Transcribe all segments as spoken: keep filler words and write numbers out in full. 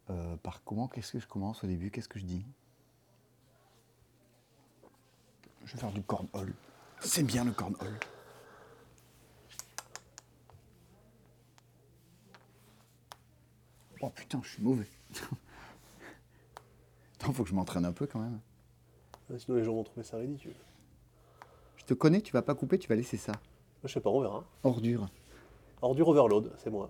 Euh, par comment, qu'est-ce que je commence au début? Qu'est-ce que je dis? Je vais faire du cornhole. C'est bien le cornhole. Oh putain, je suis mauvais. Attends, faut que je m'entraîne un peu quand même. Ouais, sinon les gens vont trouver ça ridicule. Je te connais, tu vas pas couper, tu vas laisser ça. Je sais pas, on verra. Ordure. Ordure overload, c'est moi.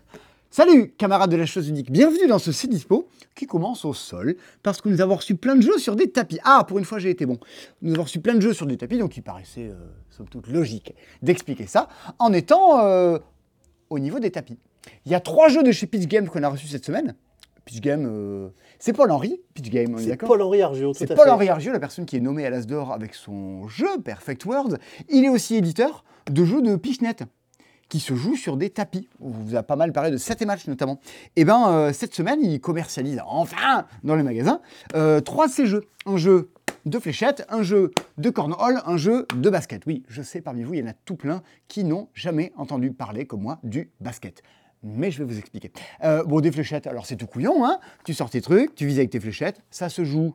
Salut camarades de la chose unique, bienvenue dans ce C'est Dispo qui commence au sol parce que nous avons reçu plein de jeux sur des tapis. Ah, pour une fois j'ai été bon. Nous avons reçu plein de jeux sur des tapis, donc il paraissait euh, somme toute logique d'expliquer ça en étant euh, au niveau des tapis. Il y a trois jeux de chez Pitch Game qu'on a reçus cette semaine. Pitch Game, euh, c'est Paul-Henri, Pitch Game, on est C'est d'accord ? Paul-Henri Argiot, tout C'est à fait. Paul-Henri Argiot, la personne qui est nommée à l'As d'Or avec son jeu Perfect World. Il est aussi éditeur de jeux de Pichnet qui se joue sur des tapis. On vous a pas mal parlé de sept et match notamment. Et bien, euh, cette semaine, il commercialise enfin dans les magasins euh, trois de ces jeux. Un jeu de fléchettes, un jeu de cornhole, un jeu de basket. Oui, je sais, parmi vous, il y en a tout plein qui n'ont jamais entendu parler, comme moi, du basket. Mais je vais vous expliquer. Euh, bon, des fléchettes, alors c'est tout couillon, hein. Tu sors tes trucs, tu vises avec tes fléchettes, ça se joue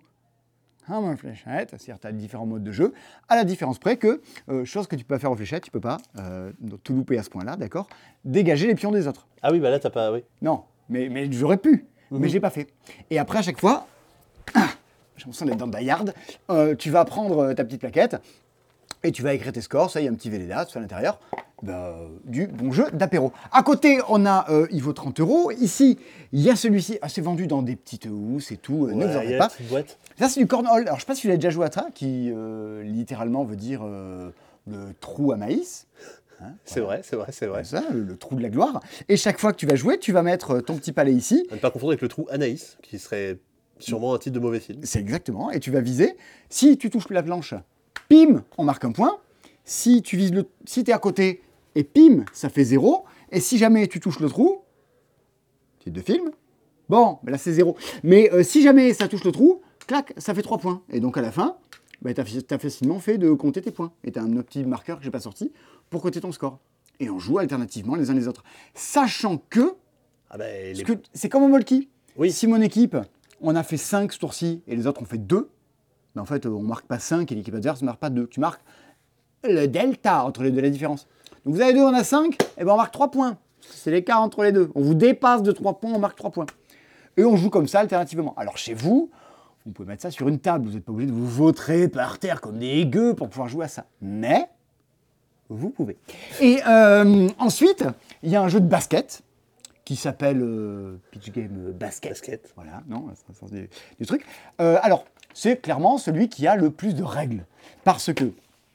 en mode fléchette, c'est-à-dire tu as différents modes de jeu, à la différence près que, euh, chose que tu peux faire aux fléchettes, tu peux pas, euh, donc tout louper à ce point-là, d'accord, dégager les pions des autres. Ah oui, bah là t'as pas, oui. Non, mais, mais j'aurais pu, Mhm. mais j'ai pas fait. Et après, à chaque fois, ah, j'ai l'impression d'être dans Die Hard, euh, tu vas prendre euh, ta petite plaquette, et tu vas écrire tes scores, ça, il y a un petit Véleda, tout ça à l'intérieur, bah, du bon jeu d'apéro. À côté, on a, euh, il vaut trente euros. Ici, il y a celui-ci, ah, c'est vendu dans des petites housses et tout, euh, ne vous en Ouais, il y faites a pas. la petite boîte. Ça, c'est du cornhole. Alors, je sais pas si tu l'as déjà joué à ça, qui euh, littéralement veut dire euh, le trou à maïs. Hein, C'est voilà. vrai, c'est vrai, c'est vrai. C'est ça, le, le trou de la gloire. Et chaque fois que tu vas jouer, tu vas mettre ton petit palais ici. À ne pas confondre avec le trou Anaïs, qui serait sûrement un titre de mauvais film. C'est exactement. Et tu vas viser. Si tu touches la planche, pim, on marque un point. Si tu vises le, si t'es à côté, et pim, ça fait zéro. Et si jamais tu touches le trou, titre de film, bon, ben là c'est zéro. Mais euh, si jamais ça touche le trou, clac, ça fait trois points. Et donc à la fin, bah, tu as facilement fait de compter tes points. Et tu as un petit marqueur que j'ai pas sorti pour compter ton score. Et on joue alternativement les uns les autres. Sachant que, Ah bah, les... que c'est comme au Molki. Oui. Si mon équipe, on a fait cinq ce tour-ci et les autres ont fait deux, ben en fait on marque pas cinq et l'équipe adverse ne marque pas deux. Tu marques le delta entre les deux, la différence. Donc vous avez deux, on a cinq, et ben on marque trois points. C'est l'écart entre les deux. On vous dépasse de trois points, on marque trois points. Et on joue comme ça alternativement. Alors chez vous, vous pouvez mettre ça sur une table. Vous n'êtes pas obligé de vous vautrer par terre comme des gueux pour pouvoir jouer à ça. Mais vous pouvez. Et euh, ensuite, il y a un jeu de basket qui s'appelle euh, Pitch Game Basket. Basket. Voilà, non, c'est le sens du, du truc. Euh, alors, c'est clairement celui qui a le plus de règles. Parce que,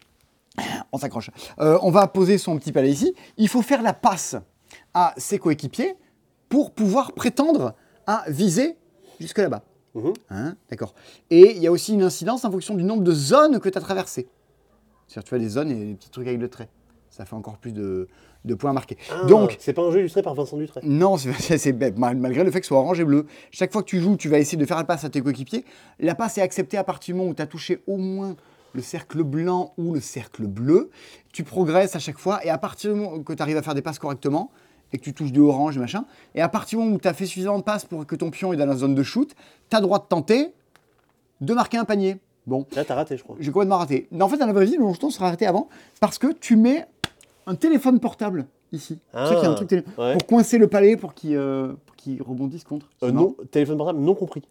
on s'accroche, euh, on va poser son petit palais ici. Il faut faire la passe à ses coéquipiers pour pouvoir prétendre à viser jusque là-bas. Mhm. Hein, d'accord. Et il y a aussi une incidence en fonction du nombre de zones que tu as traversées. C'est-à-dire tu as des zones et des petits trucs avec le trait. Ça fait encore plus de, de points marqués. Ah, Donc, c'est pas un jeu illustré par Vincent Dutray. non, c'est, c'est, c'est bête, mal- malgré le fait que ce soit orange et bleu. Chaque fois que tu joues, tu vas essayer de faire la passe à tes coéquipiers. La passe est acceptée à partir du moment où tu as touché au moins le cercle blanc ou le cercle bleu. Tu progresses à chaque fois et à partir du moment que tu arrives à faire des passes correctement et que tu touches du orange et machin, et à partir du moment où tu as fait suffisamment de passes pour que ton pion est dans la zone de shoot, tu as le droit de tenter de marquer un panier. Bon, Là t'as raté, je crois. j'ai complètement raté. Mais en fait, dans la vraie vie, le long sera arrêté avant parce que tu mets un téléphone portable ici. Ah, tu sais qu'il y a un truc télé- ouais. pour coincer le palais pour qu'il, euh, pour qu'il rebondisse contre. Euh, C'est non, marrant. téléphone portable non compris.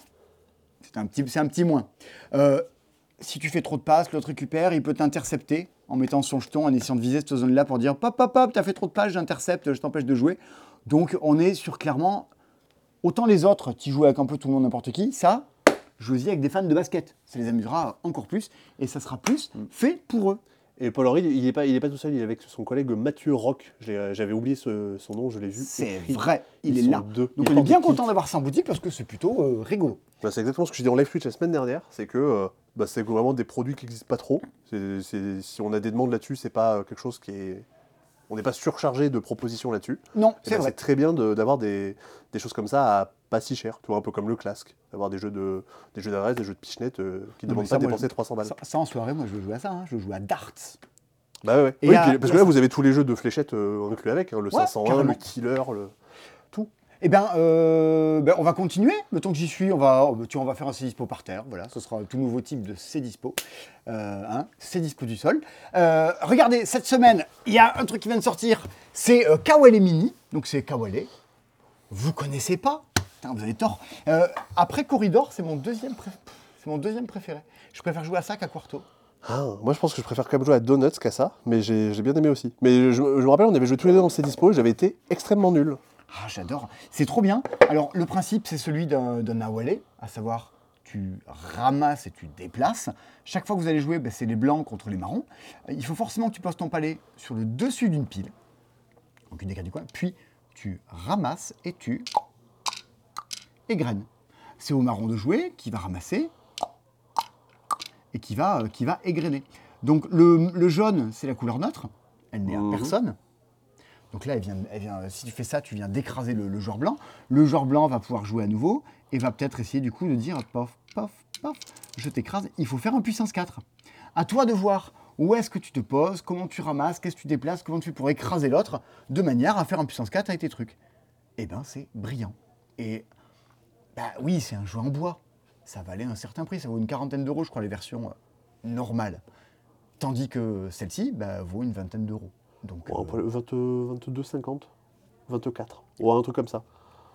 C'est un petit, c'est un petit moins. Euh, si tu fais trop de passes, l'autre récupère, il peut t'intercepter en mettant son jeton, en essayant de viser cette zone-là pour dire pop, pop, pop, t'as fait trop de passes, j'intercepte, je t'empêche de jouer. Donc on est sur clairement, autant les autres, tu joues avec un peu tout le monde, n'importe qui, ça, jouez-y avec des fans de basket. Ça les amusera encore plus et ça sera plus fait pour eux. Et Paul-Henri, il est pas, il est pas tout seul, il est avec son collègue Mathieu Roch. Je l'ai- J'avais oublié ce- son nom, je l'ai vu. C'est écrit. vrai, il Ils est sont là. deux. Donc Ils on est portent bien des content kits. d'avoir ça en boutique parce que c'est plutôt euh, rigolo. Bah, c'est exactement ce que j'ai dit en live Twitch la semaine dernière, c'est que euh, bah, c'est vraiment des produits qui n'existent pas trop. C'est, c'est- si on a des demandes là-dessus, c'est pas euh, quelque chose qui est... On n'est pas surchargé de propositions là-dessus. Non, Et c'est bah, vrai. c'est très bien de- d'avoir des, des choses comme ça à pas si cher, tu vois, un peu comme le Clask, d'avoir des jeux de des jeux d'adresse, des jeux de Pichenette euh, qui ne Non, mais demandent ça, pas de moi, dépenser je- trois cents balles. Ça, ça, en soirée, moi je veux jouer à ça, hein. Je veux jouer à darts. Bah ouais, ouais. Et Oui, à- puis- parce que là, vous avez tous les jeux de fléchettes euh, inclus avec, hein, le Ouais, cinq cent un, carrément. le Killer, le... tout. Eh ben, euh, ben, on va continuer. Le temps que j'y suis, on va, tu, on va faire un C-Dispo par terre. Voilà, ce sera un tout nouveau type de C-Dispo. Euh, hein, C-Dispo du sol. Euh, regardez, cette semaine, il y a un truc qui vient de sortir. C'est euh, Kawale Mini. Donc c'est Kawale. Vous connaissez pas? Putain, vous avez tort. Euh, après Corridor, c'est mon deuxième préféré. C'est mon deuxième préféré. Je préfère jouer à ça qu'à Quarto. Ah, moi je pense que je préfère quand même jouer à Donuts qu'à ça, mais j'ai j'ai bien aimé aussi. Mais je, je me rappelle, on avait joué tous les deux dans le C-Dispo et j'avais été extrêmement nul. Ah, j'adore. C'est trop bien. Alors, le principe, c'est celui d'un d'un Nawale, à savoir, tu ramasses et tu déplaces. Chaque fois que vous allez jouer, ben, c'est les blancs contre les marrons. Il faut forcément que tu poses ton palais sur le dessus d'une pile, donc une des cartes du coin, puis tu ramasses et tu égrènes. C'est au marron de jouer qui va ramasser et qui va, euh, qui va égrener. Donc le, le jaune, c'est la couleur neutre, elle n'est à Mhm. personne. Donc là, elle vient, elle vient, si tu fais ça, tu viens d'écraser le, le joueur blanc. Le joueur blanc va pouvoir jouer à nouveau et va peut-être essayer du coup de dire pof, pof, pof, je t'écrase. Il faut faire un puissance quatre. À toi de voir où est-ce que tu te poses, comment tu ramasses, qu'est-ce que tu déplaces, comment tu fais pour écraser l'autre, de manière à faire un puissance quatre avec tes trucs. Eh ben, c'est brillant. Et bah oui, c'est un jeu en bois. Ça valait un certain prix, ça vaut une quarantaine d'euros, je crois, les versions euh, normales. Tandis que celle-ci bah, vaut une vingtaine d'euros. Donc, Bon, euh, après, vingt, vingt-deux cinquante, vingt-quatre, ou un truc comme ça.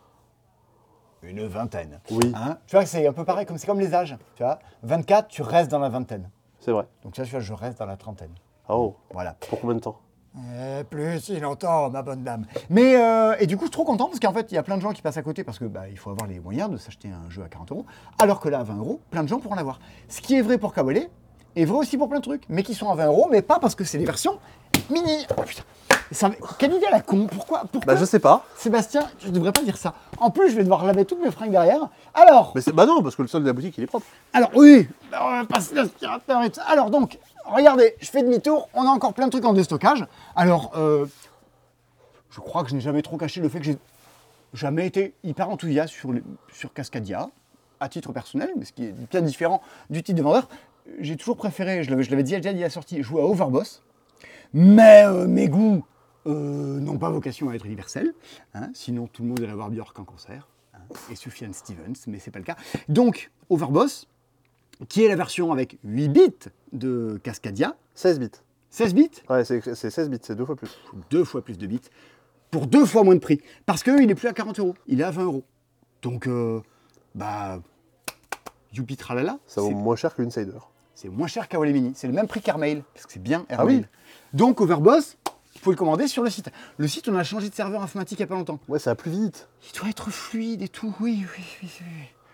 une vingtaine. Oui, Hein, tu vois, c'est un peu pareil, comme c'est comme les âges. Tu vois, vingt-quatre, tu restes dans la vingtaine. c'est vrai. Donc là, tu vois, je reste dans la trentaine. Oh, Voilà. pour combien de temps? Euh, plus si longtemps, ma bonne dame. Mais, euh, et du coup, je suis trop content parce qu'en fait, il y a plein de gens qui passent à côté parce que bah, il faut avoir les moyens de s'acheter un jeu à quarante euros. Alors que là, à vingt euros, plein de gens pourront l'avoir. Ce qui est vrai pour Kawale est vrai aussi pour plein de trucs, mais qui sont à vingt euros, mais pas parce que c'est des versions mini. Oh putain. Ça, quelle idée à la con. Pourquoi, pourquoi Bah je sais pas. Sébastien, je ne devrais pas dire ça. En plus, je vais devoir laver toutes mes fringues derrière. Alors, Mais c'est bah non, parce que le sol de la boutique il est propre. alors oui, on va passer l'aspirateur et tout ça. Alors donc, regardez, je fais demi-tour, on a encore plein de trucs en déstockage. Alors, euh, je crois que je n'ai jamais trop caché le fait que j'ai jamais été hyper enthousiaste sur, les- sur Cascadia, à titre personnel, mais ce qui est bien différent du type de vendeur. J'ai toujours préféré, je l'avais je l'avais dit déjà dit à la sortie, jouer à Overboss. Mais euh, mes goûts euh, n'ont pas vocation à être universels. Hein, sinon, tout le monde irait voir Björk en concert. Hein, et Sufjan Stevens, mais c'est pas le cas. Donc, Overboss, qui est la version avec huit bits de Cascadia, seize bits. seize bits, Ouais, c'est c'est seize bits, c'est deux fois plus. deux fois plus de bits, pour deux fois moins de prix. Parce qu'il n'est plus à quarante euros, il est à vingt euros. Donc, euh, bah, youpi tralala, Ça vaut c'est- moins cher que l'Insider. c'est moins cher qu'Awale Mini. C'est le même prix qu'Airmail, parce que c'est bien Ah Airmail. oui. Donc, Overboss, vous pouvez le commander sur le site. Le site, on a changé de serveur informatique il n'y a pas longtemps. Ouais, ça va plus vite. Il doit être fluide et tout, oui, oui, oui, oui.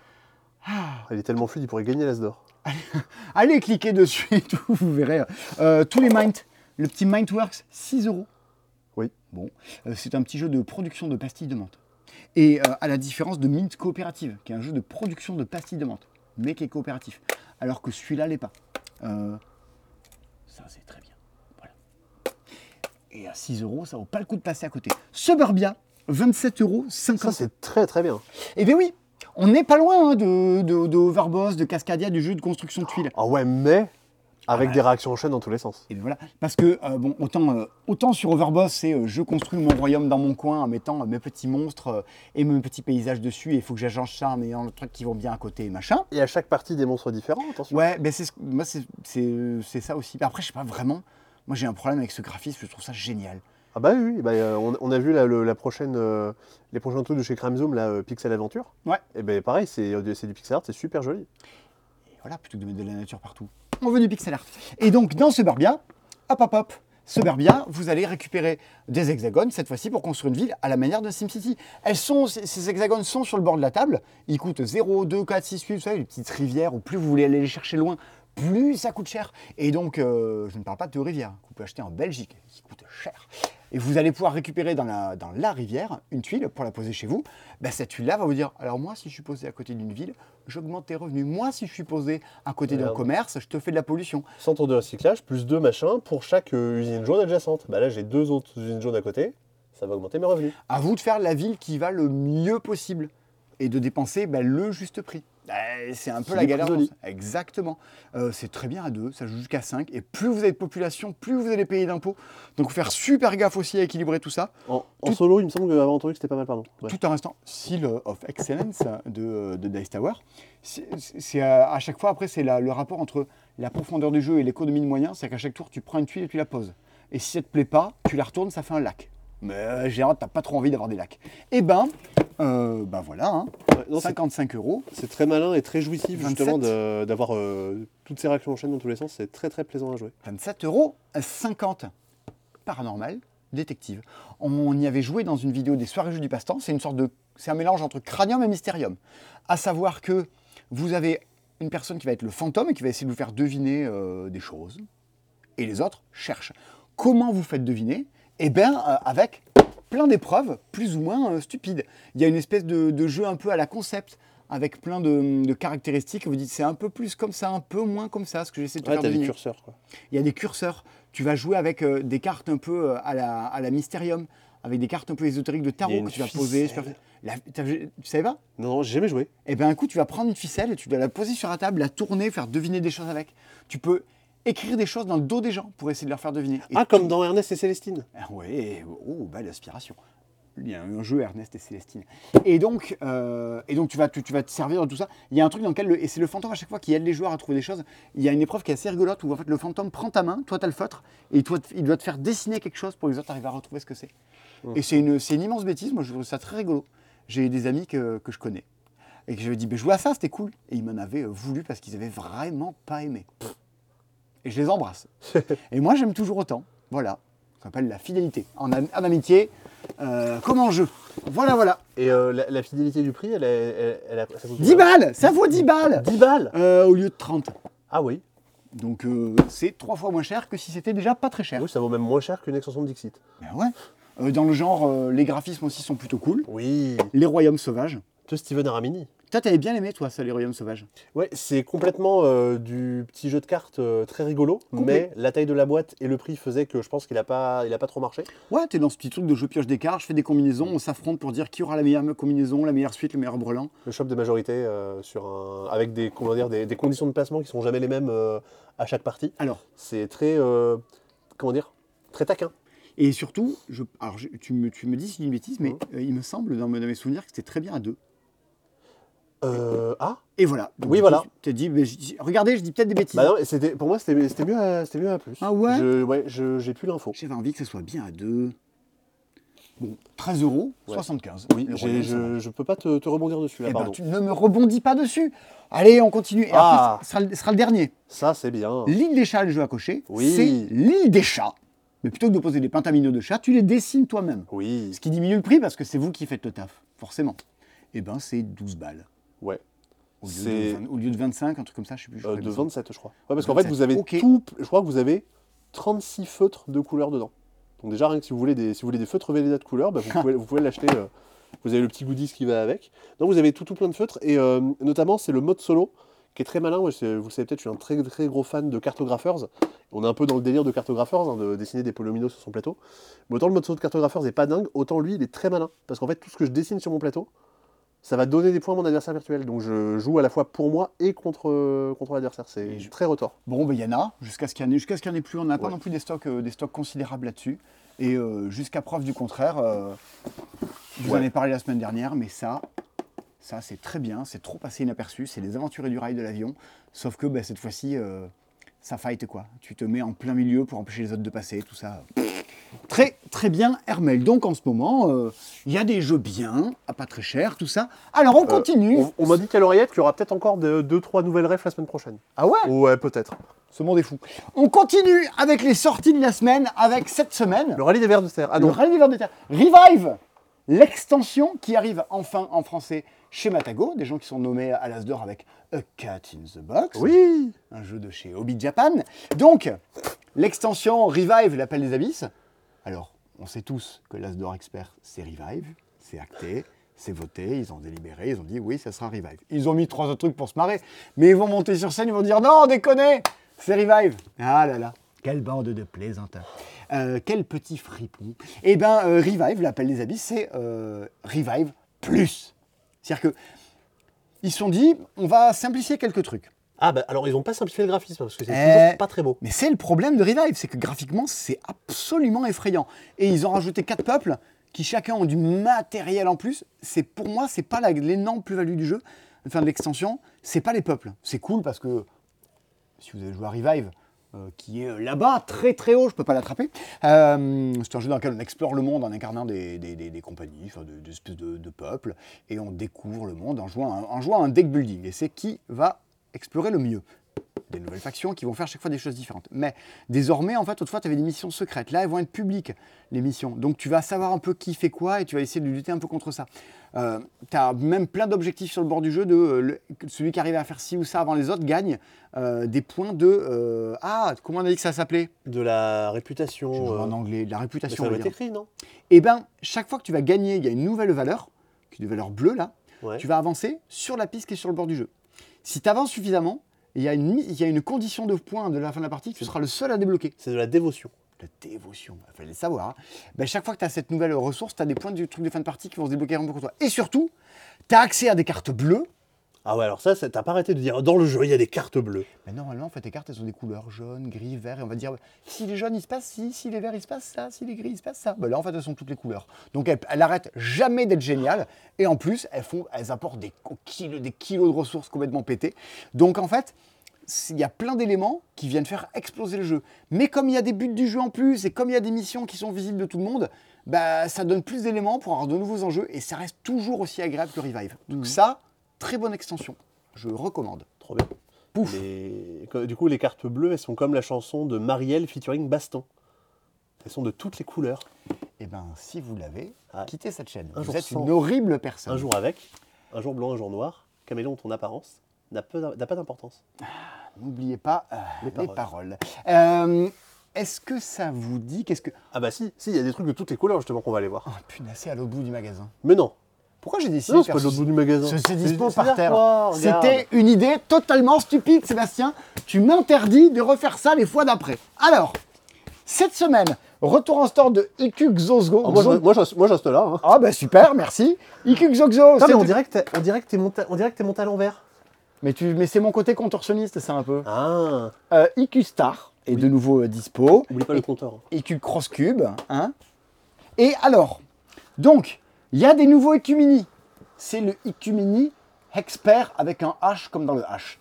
Ah. Il est tellement fluide, il pourrait gagner l'As d'or. Allez cliquer dessus et tout, vous verrez. Euh, tous les Mint, le petit Mintworks, six euros. Oui. Bon, euh, c'est un petit jeu de production de pastilles de menthe. Et euh, à la différence de Mint Coopérative, qui est un jeu de production de pastilles de menthe, mais qui est coopératif. Alors que celui-là l'est pas. Euh, ça, c'est très bien. Voilà. Et à six euros, ça vaut pas le coup de passer à côté. Suburbia, vingt-sept euros cinquante. Ça, c'est très très bien. Eh bien oui, on n'est pas loin hein, de, de, de Overboss, de Cascadia, du jeu de construction de tuiles. Ah ouais, mais avec Ah bah. des réactions en chaîne dans tous les sens. Et voilà, parce que euh, bon, autant, euh, autant sur Overboss, c'est euh, je construis mon royaume dans mon coin en mettant euh, mes petits monstres euh, et mes petits paysages dessus, et il faut que j'agence ça en ayant le truc qui vont bien à côté et machin. Et à chaque partie des monstres différents, attention. Ouais, ben c'est ce- moi c'est c'est- c'est ça aussi. Après, je sais pas vraiment. Moi, j'ai un problème avec ce graphisme, je trouve ça génial. Ah bah oui, oui, bah, euh, on, on a vu la, le- la prochaine, euh, les prochains trucs de chez Cramzoom, la euh, Pixel Adventure. Ouais. Et ben pareil, c'est euh, c'est du pixel art, c'est super joli. Et voilà, plutôt que de mettre de la nature partout. On veut du pixel art. Et donc, dans Suburbia, hop hop hop, Suburbia, vous allez récupérer des hexagones, cette fois-ci pour construire une ville à la manière de SimCity. Elles sont, ces ces hexagones sont sur le bord de la table, ils coûtent zéro, deux, quatre, six, huit, vous savez, les petites rivières, où plus vous voulez aller les chercher loin, plus ça coûte cher. Et donc, euh, je ne parle pas de rivières, que vous pouvez acheter en Belgique, qui coûte cher. Et vous allez pouvoir récupérer dans la, dans la rivière une tuile pour la poser chez vous. Ben, cette tuile-là va vous dire, alors moi, si je suis posé à côté d'une ville, j'augmente tes revenus. Moi, si je suis posé à côté d'un Merde. commerce, je te fais de la pollution. Centre de recyclage, plus deux machins pour chaque euh, usine jaune adjacente. Bah là, j'ai deux autres usines jaunes à côté, ça va augmenter mes revenus. À vous de faire la ville qui va le mieux possible et de dépenser ben, le juste prix. Eh, c'est un peu C'est la plus galère. joli. Exactement. Euh, c'est très bien à deux, ça joue jusqu'à cinq. Et plus vous avez de population, plus vous allez payer d'impôts. Donc, faut faire super gaffe aussi à équilibrer tout ça. En, en Tout- solo, il me semble que avoir entendu que c'était pas mal, pardon. Ouais. Tout en restant Seal of Excellence de, de Dice Tower. C'est, c'est à, à chaque fois, après, c'est la- le rapport entre la profondeur du jeu et l'économie de moyens. C'est qu'à chaque tour, tu prends une tuile et tu la poses. Et si ça te plaît pas, tu la retournes, ça fait un lac. Mais euh, Gérard, t'as pas trop envie d'avoir des lacs. Et ben, euh, ben voilà, hein, Ouais, non, c'est- cinquante-cinq euros. c'est très malin et très jouissif vingt-sept. justement de- d'avoir euh, toutes ces réactions en chaîne dans tous les sens. C'est très très plaisant à jouer. vingt-sept euros cinquante. Paranormal, détective. On y avait joué dans une vidéo des soirées jeux du passe-temps. C'est une sorte de, c'est un mélange entre cranium et mystérium. À savoir que vous avez une personne qui va être le fantôme et qui va essayer de vous faire deviner euh, des choses. Et les autres cherchent. Comment vous faites deviner? Eh bien, euh, avec plein d'épreuves plus ou moins euh, stupides. Il y a une espèce de, de jeu un peu à la concept, avec plein de, de caractéristiques. Vous dites, c'est un peu plus comme ça, un peu moins comme ça, ce que j'essaie de te Ouais, faire t'as des deviner. curseurs quoi. Il y a des curseurs. Tu vas jouer avec euh, des cartes un peu euh, à la, à la Mysterium, avec des cartes un peu ésotériques de Il y a tarot une que tu vas poser. ficelle. Super- La- t'as- tu savais pas? Non, non, j'ai jamais joué. Eh bien, un coup, tu vas prendre une ficelle et tu dois la poser sur la table, la tourner, faire deviner des choses avec. Tu peux écrire des choses dans le dos des gens pour essayer de leur faire deviner. Et Ah, comme dans Ernest et Célestine. ah ouais, oh, belle aspiration. Il y a un jeu Ernest et Célestine. Et donc, euh, et donc tu, vas, tu, tu vas te servir de tout ça. Il y a un truc dans lequel, le- et c'est le fantôme à chaque fois qui aide les joueurs à trouver des choses. Il y a une épreuve qui est assez rigolote où en fait le fantôme prend ta main, toi tu as le feutre, et toi, il doit te faire dessiner quelque chose pour que les autres arrivent à retrouver ce que c'est. Et c'est une, c'est une immense bêtise, moi je trouve ça très rigolo. J'ai des amis que, que je connais. Et que j'avais dit, ben, jouer à ça, c'était cool. Et ils m'en avaient euh, voulu parce qu'ils avaient vraiment pas aimé. Et je les embrasse. Et moi, j'aime toujours autant. Voilà. Ça s'appelle la fidélité. En, am- en amitié, euh, comme en jeu. Voilà, voilà. Et euh, la, la fidélité du prix, elle, est- elle, elle a. Ça coûte dix combien balles. Ça vaut dix balles. dix balles. Euh, au lieu de trente. Ah oui. Donc, euh, c'est trois fois moins cher que si c'était déjà pas très cher. Oui, ça vaut même moins cher qu'une extension de Dixit. Ben ouais. Euh, dans le genre, euh, les graphismes aussi sont plutôt cool. Oui. Les royaumes sauvages. De Steven Aramini. Toi, t'avais bien aimé, toi, ça, les royaumes sauvages. Ouais, c'est complètement euh, du petit jeu de cartes euh, très rigolo, Complet. mais la taille de la boîte et le prix faisaient que je pense qu'il a pas, il a pas trop marché. Ouais, t'es dans ce petit truc de je pioche des cartes, je fais des combinaisons, on s'affronte pour dire qui aura la meilleure combinaison, la meilleure suite, le meilleur brelan. Le shop de majorité euh, sur un, avec des, comment dire, des, des conditions de placement qui sont jamais les mêmes euh, à chaque partie. Alors, C'est très, euh, comment dire, très taquin. et surtout, je, alors je- tu, me, tu me dis si c'est une bêtise, mais Mhm. euh, il me semble dans, mes- dans mes souvenirs que c'était très bien à deux. Euh, ah. Et voilà. Donc, Oui, du voilà. coup, t'as dit, mais je dis- regardez, je dis peut-être des bêtises. Bah non, c'était, pour moi c'était, c'était mieux, à, c'était mieux à plus. Ah ouais Je, ouais, je, j'ai plus l'info. J'avais envie que ce soit bien à deux. Bon, treize euros, Ouais. soixante-quinze. Oui, Le j'ai- royaume je, sauvage. je peux pas te, te rebondir dessus là, Eh ben, pardon. tu ne me rebondis pas dessus. Allez, on continue. Et Ah. après, ce sera, le- ce sera le dernier. Ça c'est bien. L'île des chats, le jeu à cocher, Oui. c'est l'île des chats. Mais plutôt que de poser des pentaminos de chats, tu les dessines toi-même. Oui. Ce qui diminue le prix parce que c'est vous qui faites le taf, forcément. Eh ben, c'est douze balles. Ouais. Au lieu, C'est- de, vingt- au lieu de vingt-cinq, un truc comme ça, je sais plus. je Euh, crois, de il me semble. vingt-sept, je crois. Ouais, parce qu'en fait, vingt-sept, vous avez ok. tout. Je crois que vous avez trente-six feutres de couleurs dedans. Donc, déjà, rien que si vous voulez des, si vous voulez des feutres Velleda de couleurs, bah, vous, pouvez, vous pouvez l'acheter. euh, vous avez le petit goodies qui va avec. Donc, vous avez tout, tout plein de feutres. Et euh, notamment, c'est le mode solo qui est très malin. Moi, c'est- vous le savez peut-être, je suis un très, très gros fan de Cartographers. On est un peu dans le délire de Cartographers, hein, de dessiner des polyomino sur son plateau. Mais autant le mode solo de Cartographers n'est pas dingue, autant lui, il est très malin. Parce qu'en fait, tout ce que je dessine sur mon plateau, ça va donner des points à mon adversaire virtuel. Donc je joue à la fois pour moi et contre, euh, contre l'adversaire. C'est Et je- très retors. Bon, ben, il y en a, jusqu'à ce qu'il n'y en ait, jusqu'à ce qu'il y en ait plus. On n'a pas Ouais. non plus des stocks, euh, des stocks considérables là-dessus. Et euh, jusqu'à preuve du contraire, euh, vous Ouais. en avez parlé la semaine dernière, mais ça, ça c'est très bien, c'est trop passé inaperçu. C'est les aventuriers du rail de l'avion. Sauf que ben, cette fois-ci, euh, ça fight quoi. Tu te mets en plein milieu pour empêcher les autres de passer, tout ça. Très, très bien, Hermel. Donc en ce moment, euh, il y a des jeux bien, à pas très cher, tout ça. Alors on continue. On, on m'a dit qu'à l'oreillette qu'il y aura peut-être encore deux trois nouvelles refs la semaine prochaine. Ah ouais? Ouais, peut-être. Ce monde est fou. On continue avec les sorties de la semaine, avec cette semaine. Le rallye des vers de terre. Ah le non. Rallye des Vers de Terre. Revive, l'extension qui arrive enfin en français chez Matago, des gens qui sont nommés à l'As d'Or avec A Cat in the Box, Oui. un jeu de chez Hobby Japan. Donc, l'extension Revive, l'appel des abysses. Alors, on sait tous que l'As d'Or Expert, c'est Revive, c'est acté, c'est voté, ils ont délibéré, ils ont dit oui, ça sera Revive. Ils ont mis trois autres trucs pour se marrer, mais ils vont monter sur scène, ils vont dire non, déconnez, c'est Revive. Ah là là, quelle bande de plaisantins. Euh, quel petit fripon. Eh bien, euh, Revive, l'appel des abysses, c'est euh, Revive plus. C'est-à-dire que ils se sont dit, on va simplifier quelques trucs. Ah bah alors ils n'ont pas simplifié le graphisme parce que c'est Eh, toujours pas très beau. Mais c'est le problème de Revive, c'est que graphiquement, c'est absolument effrayant. Et ils ont rajouté quatre peuples qui chacun ont du matériel en plus. C'est pour moi, c'est pas la- l'énorme plus-value du jeu, enfin de l'extension, c'est pas les peuples. C'est cool parce que si vous avez joué à Revive, euh, qui est là-bas, très très haut, je peux pas l'attraper. Euh, c'est un jeu dans lequel on explore le monde en incarnant des, des, des, des compagnies, enfin, de- des espèces de, de peuples, et on découvre le monde en jouant, à- en jouant à un deck building. Et c'est qui va explorer le mieux. Des nouvelles factions qui vont faire chaque fois des choses différentes. Mais désormais, en fait, autrefois, tu avais des missions secrètes. Là, elles vont être publiques, les missions. Donc, tu vas savoir un peu qui fait quoi et tu vas essayer de lutter un peu contre ça. Euh, tu as même plein d'objectifs sur le bord du jeu. De, euh, le- celui qui arrive à faire ci ou ça avant les autres gagne euh, des points de... euh, ah, comment on a dit que ça s'appelait? De la réputation. Je joue euh, en anglais, de la mais réputation. ça on doit va être dire. écrit, non? Et bien, chaque fois que tu vas gagner, il y a une nouvelle valeur, qui est une valeur bleue là, Ouais. tu vas avancer sur la piste qui est sur le bord du jeu. Si tu avances suffisamment, il y, a une, il y a une condition de points de la fin de la partie que tu seras le seul à débloquer. C'est de la dévotion. La dévotion, il fallait le savoir. Hein. Ben, chaque fois que tu as cette nouvelle ressource, tu as des points du truc de fin de partie qui vont se débloquer un peu pour toi. Et surtout, tu as accès à des cartes bleues. Ah ouais, alors ça, ça- t'as pas arrêté de dire dans le jeu, il y a des cartes bleues. Mais normalement, en fait, tes cartes, elles ont des couleurs jaune, gris, vert. Et on va dire, si les jaunes, il se passe ci, si les verts, il se passe ça, si les gris, il se passe ça. Ben là, en fait, elles sont toutes les couleurs. Donc, elles, elles arrêtent jamais d'être géniales. Et en plus, elles, font, elles apportent des kilos, des kilos de ressources complètement pétées. Donc, en fait, il y a plein d'éléments qui viennent faire exploser le jeu. Mais comme il y a des buts du jeu en plus, et comme il y a des missions qui sont visibles de tout le monde, bah, ça donne plus d'éléments pour avoir de nouveaux enjeux, et ça reste toujours aussi agréable que Revive. Donc Mhm. ça, très bonne extension. Je recommande. Trop bien. Pouf. Les- que- Du coup, les cartes bleues, elles sont comme la chanson de Marielle featuring Baston. Elles sont de toutes les couleurs. Et ben, si vous l'avez, Ah. quittez cette chaîne. Un vous jour êtes sans. une horrible personne. Un jour avec, un jour blanc, un jour noir. Caméléon, ton apparence n'a peu d'im- n'a pas d'importance. N'oubliez pas euh, Les les paroles. paroles. Euh, Est-ce que ça vous dit qu'est-ce que... Ah bah si, si, il y a des trucs de toutes les couleurs justement qu'on va aller voir. Oh putain, c'est à l'autre bout du magasin. Mais non, Pourquoi j'ai décidé non, de c'est faire pas de l'autre ce- bout du magasin. Ce, ce dispo C'est- par c'est terre. derrière toi, regarde. C'était une idée totalement stupide, Sébastien. Tu m'interdis de refaire ça les fois d'après. Alors, cette semaine, retour en store de Iku Xozgo. Oh, moi, je, moi, je, moi, je reste là. Hein. Ah bah super, merci. Iku Xozgo. Non, mais c'est- on dirait que t'es- on dirait que t'es monté, on dirait que t'es monté à l'envers. Mais, tu... mais c'est mon côté contorsionniste, ça un peu. Ah, Euh, Iku Star est Oui. de nouveau euh, dispo. oublie pas le compteur. Iku Cross Cube. Hein. Et alors, donc, il y a des nouveaux Iku Mini. C'est le Iku Mini Expert avec un H comme dans le H.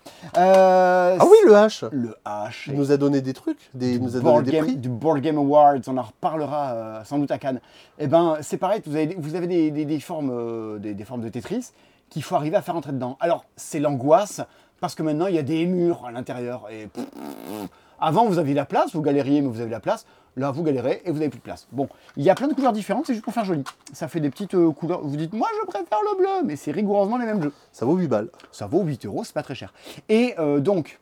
Euh, Ah oui, le H. Le H. Il nous a donné des trucs, des, il nous a Board donné des Game- prix. du Board Game Awards, on en reparlera euh, sans doute à Cannes. Et ben c'est pareil, vous avez, vous avez des, des- des formes, euh, des, des formes de Tetris qu'il faut arriver à faire entrer dedans. Alors c'est l'angoisse parce que maintenant il y a des murs à l'intérieur. Et pff, pff, avant vous aviez la place, vous galériez mais vous avez la place. Là vous galérez et vous n'avez plus de place. Bon, il y a plein de couleurs différentes, c'est juste pour faire joli. Ça fait des peties euh, couleurs. Vous dites moi je préfère le bleu, mais c'est rigoureusement les mêmes jeux. Ça vaut huit balles. Ça vaut huit euros, c'est pas très cher. Et euh, donc,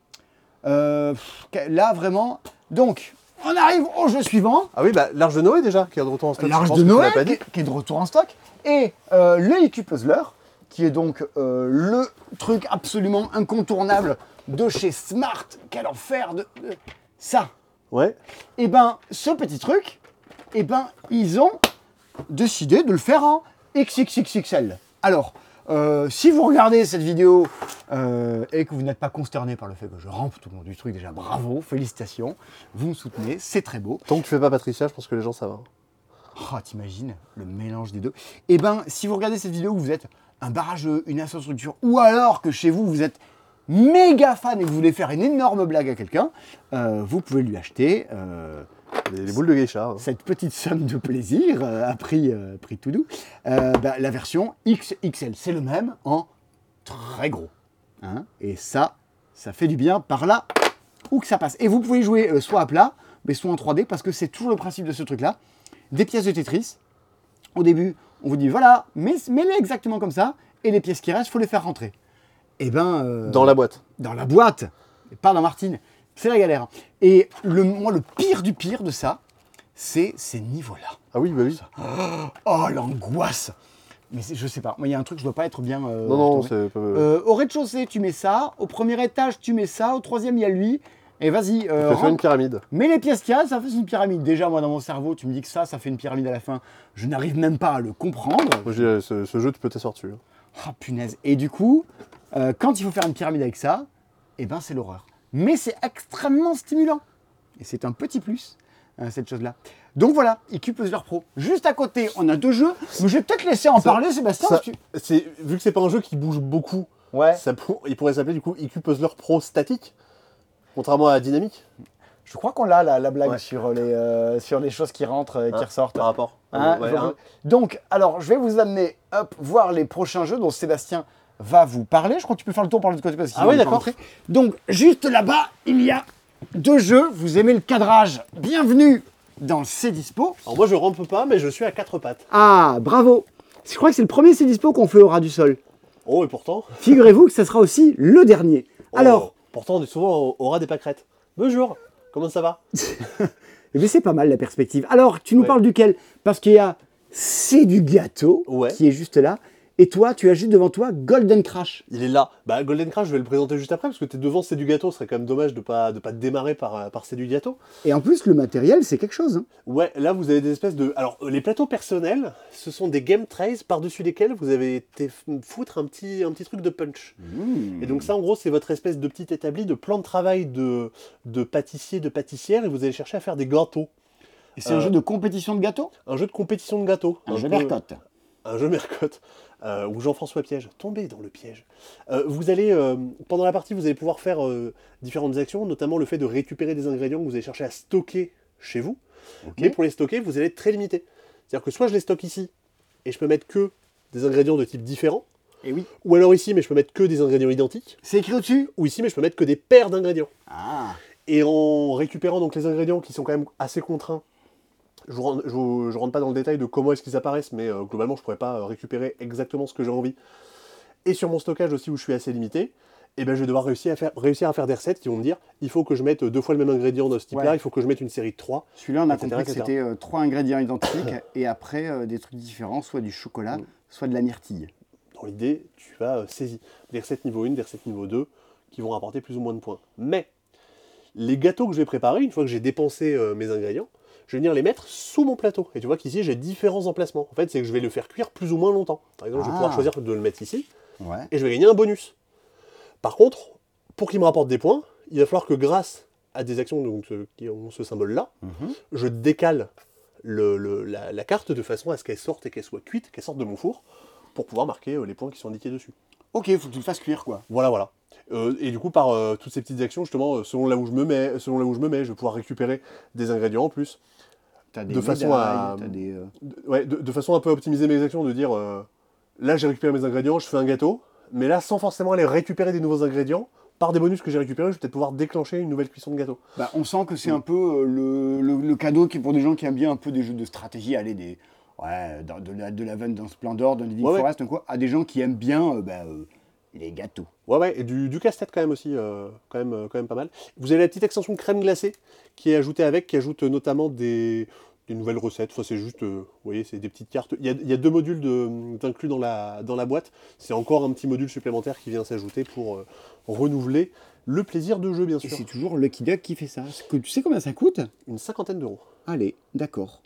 euh, pff, là vraiment, donc, on arrive au jeu suivant, Ah oui, bah l'Arche de Noé déjà, qui est de retour en stock. je l'Arche pense de que tu l'as Noël, pas qui, dit. qui est de retour en stock, et euh, le I Q Puzzler, qui est donc euh, le truc absolument incontournable de chez Smart. Quel enfer de, de- ça. Ouais. Et ben, ce petit truc, et ben, ils ont décidé de le faire en X X X X L. Alors, euh, si vous regardez cette vidéo euh, et que vous n'êtes pas consterné par le fait que je rampe tout le long du truc, déjà bravo, félicitations, vous me soutenez, c'est très beau. Tant que tu fais pas Patricia, je pense que les gens ça va. Oh, t'imagines le mélange des deux. Et ben, si vous regardez cette vidéo, que vous êtes un barrageux, une infrastructure, ou alors que chez vous, vous êtes méga fan et que vous voulez faire une énorme blague à quelqu'un, euh, vous pouvez lui acheter euh, Les, les boules de geisha. hein. cette petite somme de plaisir euh, à prix, euh, prix tout doux. Euh, bah, la version X X L, c'est le même en très gros. Hein. Et ça, ça fait du bien par là où que ça passe. Et vous pouvez jouer euh, soit à plat, mais soit en trois D, parce que c'est toujours le principe de ce truc-là. Des pièces de Tetris. Au début, on vous dit, voilà, mets- mets-les exactement comme ça, et les pièces qui restent, il faut les faire rentrer. Et ben... euh, Dans la boîte. dans la boîte, et pas dans Martine. C'est la galère. Et le, moi, le pire du pire de ça, c'est ces niveaux-là. Ah oui, bah oui. Oh, l'angoisse. Mais c'est- je sais pas, moi, il y a un truc, je dois pas être bien... euh, Non, non, retourné. c'est pas. Euh, au rez-de-chaussée, tu mets ça. Au premier étage, tu mets ça. Au troisième, il y a lui. Et vas-y, euh, Tu fais rentre. une pyramide. Mets les pièces qu'il y a, ça fait une pyramide. Déjà, moi, dans mon cerveau, tu me dis que ça, ça fait une pyramide à la fin. Je n'arrive même pas à le comprendre. Moi, je dirais, ce, ce jeu, tu peux t'asseoir dessus. hein. Ah, punaise. Et du coup, euh, quand il faut faire une pyramide avec ça, eh ben, c'est l'horreur. Mais c'est extrêmement stimulant. Et c'est un petit plus, euh, cette chose-là. Donc voilà, I Q Puzzler Pro. Juste à côté, on a deux jeux. Mais je vais peut-être laisser en Ça- parler, Sébastien. Ça, parce que- c'est, vu que c'est pas un jeu qui bouge beaucoup, Ouais. ça pour- il pourrait s'appeler du coup I Q Puzzler Pro statique, contrairement à Dynamique. Je crois qu'on l'a, la, la blague Ouais. sur, les, euh, sur les choses qui rentrent et qui Hein, ressortent. Par rapport. Hein, Ouais, je- hein. Donc, alors, je vais vous amener hop, voir les prochains jeux dont Sébastien va vous parler. Je crois que tu peux faire le tour par l'autre côté parce que Ah sinon oui, on est pas d'accord. rentré. Donc, juste là-bas, il y a deux jeux. Vous aimez le cadrage? Bienvenue dans le C Dispo. Alors moi je rampe pas, mais je suis à quatre pattes. Ah, bravo. Je crois que c'est le premier C Dispo qu'on fait au ras du sol. Oh, et pourtant. Figurez-vous que ce sera aussi le dernier. oh, Alors, Pourtant, on est souvent au, au ras des pâquerettes. Bonjour, comment ça va? eh bien, c'est pas mal la perspective. Alors, tu nous Ouais. parles duquel? Parce qu'il y a C'est du gâteau Ouais. qui est juste là. Et toi, tu as juste devant toi Golden Crash. Il est là. Bah, Golden Crash, je vais le présenter juste après, parce que t'es devant C'est du gâteau, ce serait quand même dommage de pas, de pas démarrer par, euh, par C'est du gâteau. Et en plus, le matériel, c'est quelque chose. hein. Ouais, là vous avez des espèces de... Alors, euh, les plateaux personnels, ce sont des game trays par-dessus lesquels vous avez été f- foutre un petit, un petit truc de punch. Et donc ça, en gros, c'est votre espèce de petit établi de plan de travail de, de pâtissier, de pâtissière, et vous allez chercher à faire des gâteaux. Et c'est un Euh, jeu de compétition de gâteau? Un jeu de compétition de gâteaux. Un jeu peu- mercotte. Un jeu mercotte. Euh, ou Jean-François Piège. Tombez dans le piège. Euh, vous allez, euh, pendant la partie, vous allez pouvoir faire euh, différentes actions, notamment le fait de récupérer des ingrédients que vous allez chercher à stocker chez vous. Mais pour les stocker, vous allez être très limité. C'est-à-dire que soit je les stocke ici, et je peux mettre que des ingrédients de type différent, Et oui. ou alors ici, mais je peux mettre que des ingrédients identiques, C'est écrit au-dessus? ou ici, mais je peux mettre que des paires d'ingrédients. Ah. Et en récupérant donc les ingrédients qui sont quand même assez contraints, je ne rentre, je vous- je rentre pas dans le détail de comment est-ce qu'ils apparaissent, mais euh, globalement je pourrais pas euh, récupérer exactement ce que j'ai envie. Et sur mon stockage aussi où je suis assez limité, et ben je vais devoir réussir à, faire, réussir à faire des recettes qui vont me dire il faut que je mette deux fois le même ingrédient dans ce type-là, Ouais. il faut que je mette une série de trois. Celui-là, on a et cetera, compris que et cetera. c'était euh, trois ingrédients identiques et après euh, des trucs différents, soit du chocolat, Mm. soit de la myrtille. Dans l'idée, tu vas euh, saisir des recettes niveau un, des recettes niveau deux, qui vont rapporter plus ou moins de points. Mais les gâteaux que je vais préparer, une fois que j'ai dépensé euh, mes ingrédients, je vais venir les mettre sous mon plateau. Et tu vois qu'ici, j'ai différents emplacements. En fait, c'est que je vais le faire cuire plus ou moins longtemps. Par exemple, je vais Ah. pouvoir choisir de le mettre ici, Ouais. et je vais gagner un bonus. Par contre, pour qu'il me rapporte des points, il va falloir que grâce à des actions donc, euh, qui ont ce symbole-là, Mhm. je décale le- le- la, la carte de façon à ce qu'elle sorte et qu'elle soit cuite, qu'elle sorte de mon four, pour pouvoir marquer euh, les points qui sont indiqués dessus. Ok, faut que tu le fasses cuire, quoi. Voilà, voilà. Euh, et du coup, par euh, toutes ces petites actions, justement, euh, selon là où je me mets, selon là où je me mets, je vais pouvoir récupérer des ingrédients en plus. T'as des De façon médailles, à- t'as des, euh, De, ouais, de, de façon un peu à optimiser mes actions, de dire euh, là j'ai récupéré mes ingrédients, je fais un gâteau, mais là sans forcément aller récupérer des nouveaux ingrédients, par des bonus que j'ai récupérés, je vais peut-être pouvoir déclencher une nouvelle cuisson de gâteau. Bah, on sent que c'est un peu euh, le, le- le cadeau qui est pour des gens qui aiment bien un peu des jeux de stratégie, aller des ouais, dans- de la de la veine dans Splendor, dans Living Ouais, ouais. Forest, donc quoi, à des gens qui aiment bien euh, bah, euh, les gâteaux. Ouais, ouais, et du, du casse-tête quand même aussi, euh, quand, même, euh, quand même pas mal. Vous avez la petite extension crème glacée qui est ajoutée avec, qui ajoute notamment des, des nouvelles recettes. Enfin, c'est juste, euh, vous voyez, c'est des petites cartes. Il y a, il y a deux modules de- d'inclus dans la, dans la boîte. C'est encore un petit module supplémentaire qui vient s'ajouter pour euh, renouveler le plaisir de jeu, bien Et sûr. c'est toujours Lucky Duck qui fait ça. Est-ce que tu sais combien ça coûte? Une cinquantaine d'euros. Allez, d'accord.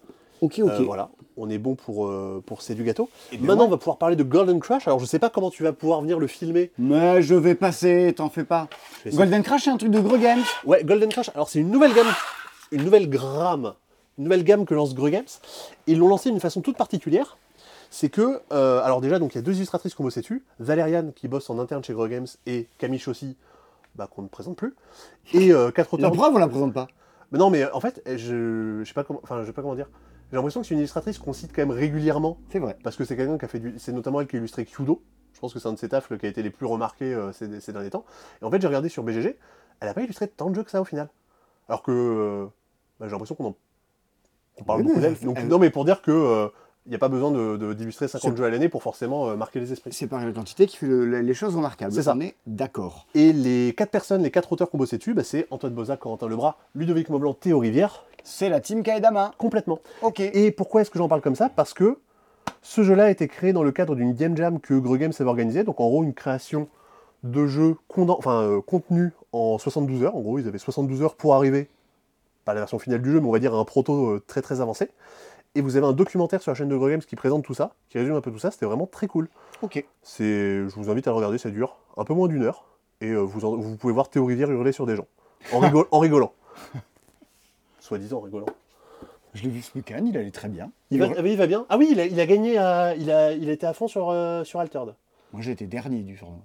Ok, ok. Euh, voilà, on est bon pour, euh, pour C'est du gâteau. Eh bien, Maintenant, ouais. on va pouvoir parler de Golden Crash. Alors, je sais pas comment tu vas pouvoir venir le filmer. Mais je vais passer, t'en fais pas. Je vais essayer. Golden Crash, c'est un truc de Gros Games. Ouais, Golden Crash. Alors, c'est une nouvelle gamme, une nouvelle gamme, une nouvelle gamme que lance Greux Games. Ils l'ont lancée d'une façon toute particulière. C'est que, euh, alors déjà, donc il y a deux illustratrices qui ont bossé dessus, Valériane qui bosse en interne chez Greux Games et Camille Chaussy, bah, qu'on ne présente plus, et euh, quatre La auteurs. preuve, on la présente pas. Mais non, mais en fait, je, je sais pas comment, enfin, je sais pas comment dire. J'ai l'impression que c'est une illustratrice qu'on cite quand même régulièrement. C'est vrai. Parce que c'est quelqu'un qui a fait du... C'est notamment elle qui a illustré Kyudo. Je pense que c'est un de ses tafs qui a été les plus remarqués euh, ces, ces derniers temps. Et en fait, j'ai regardé sur B G G, elle a pas illustré tant de jeux que ça au final. Alors que euh, bah, j'ai l'impression qu'on en... on parle Oui, beaucoup mais d'elle. elle- Donc, elle- non, mais pour dire que il n'y a pas besoin de, de- d'illustrer cinquante C'est- jeux à l'année pour forcément euh, marquer les esprits. C'est par la quantité qui fait le- les choses remarquables. C'est ça. On est d'accord. Et les quatre personnes, les quatre auteurs qui ont bossé dessus, bah, c'est Antoine Bozac, Corentin Lebras, Ludovic Maublanc, Théo Rivière. C'est la team Kaedama. Complètement. Ok. Et pourquoi est-ce que j'en parle comme ça? Parce que ce jeu-là a été créé dans le cadre d'une game jam que Greux Games avait organisée. Donc en gros, une création de jeu conden- enfin, euh, contenu en soixante-douze heures. En gros, ils avaient soixante-douze heures pour arriver, pas à la version finale du jeu, mais on va dire à un proto euh, très très avancé. Et vous avez un documentaire sur la chaîne de Gros Games qui présente tout ça, qui résume un peu tout ça. C'était vraiment très cool. Ok. C'est, je vous invite à le regarder, ça dure un peu moins d'une heure. Et euh, vous, en- vous pouvez voir Théo Rivière hurler sur des gens. En, rigol- en rigolant. Soi-disant en rigolant. Je l'ai vu ce week-end, il allait très bien. Il va, ah oui, il va bien. Ah oui, il a, il a gagné, à, il, a, il était à fond sur, euh, sur Altered. Moi, j'ai été dernier du tournoi.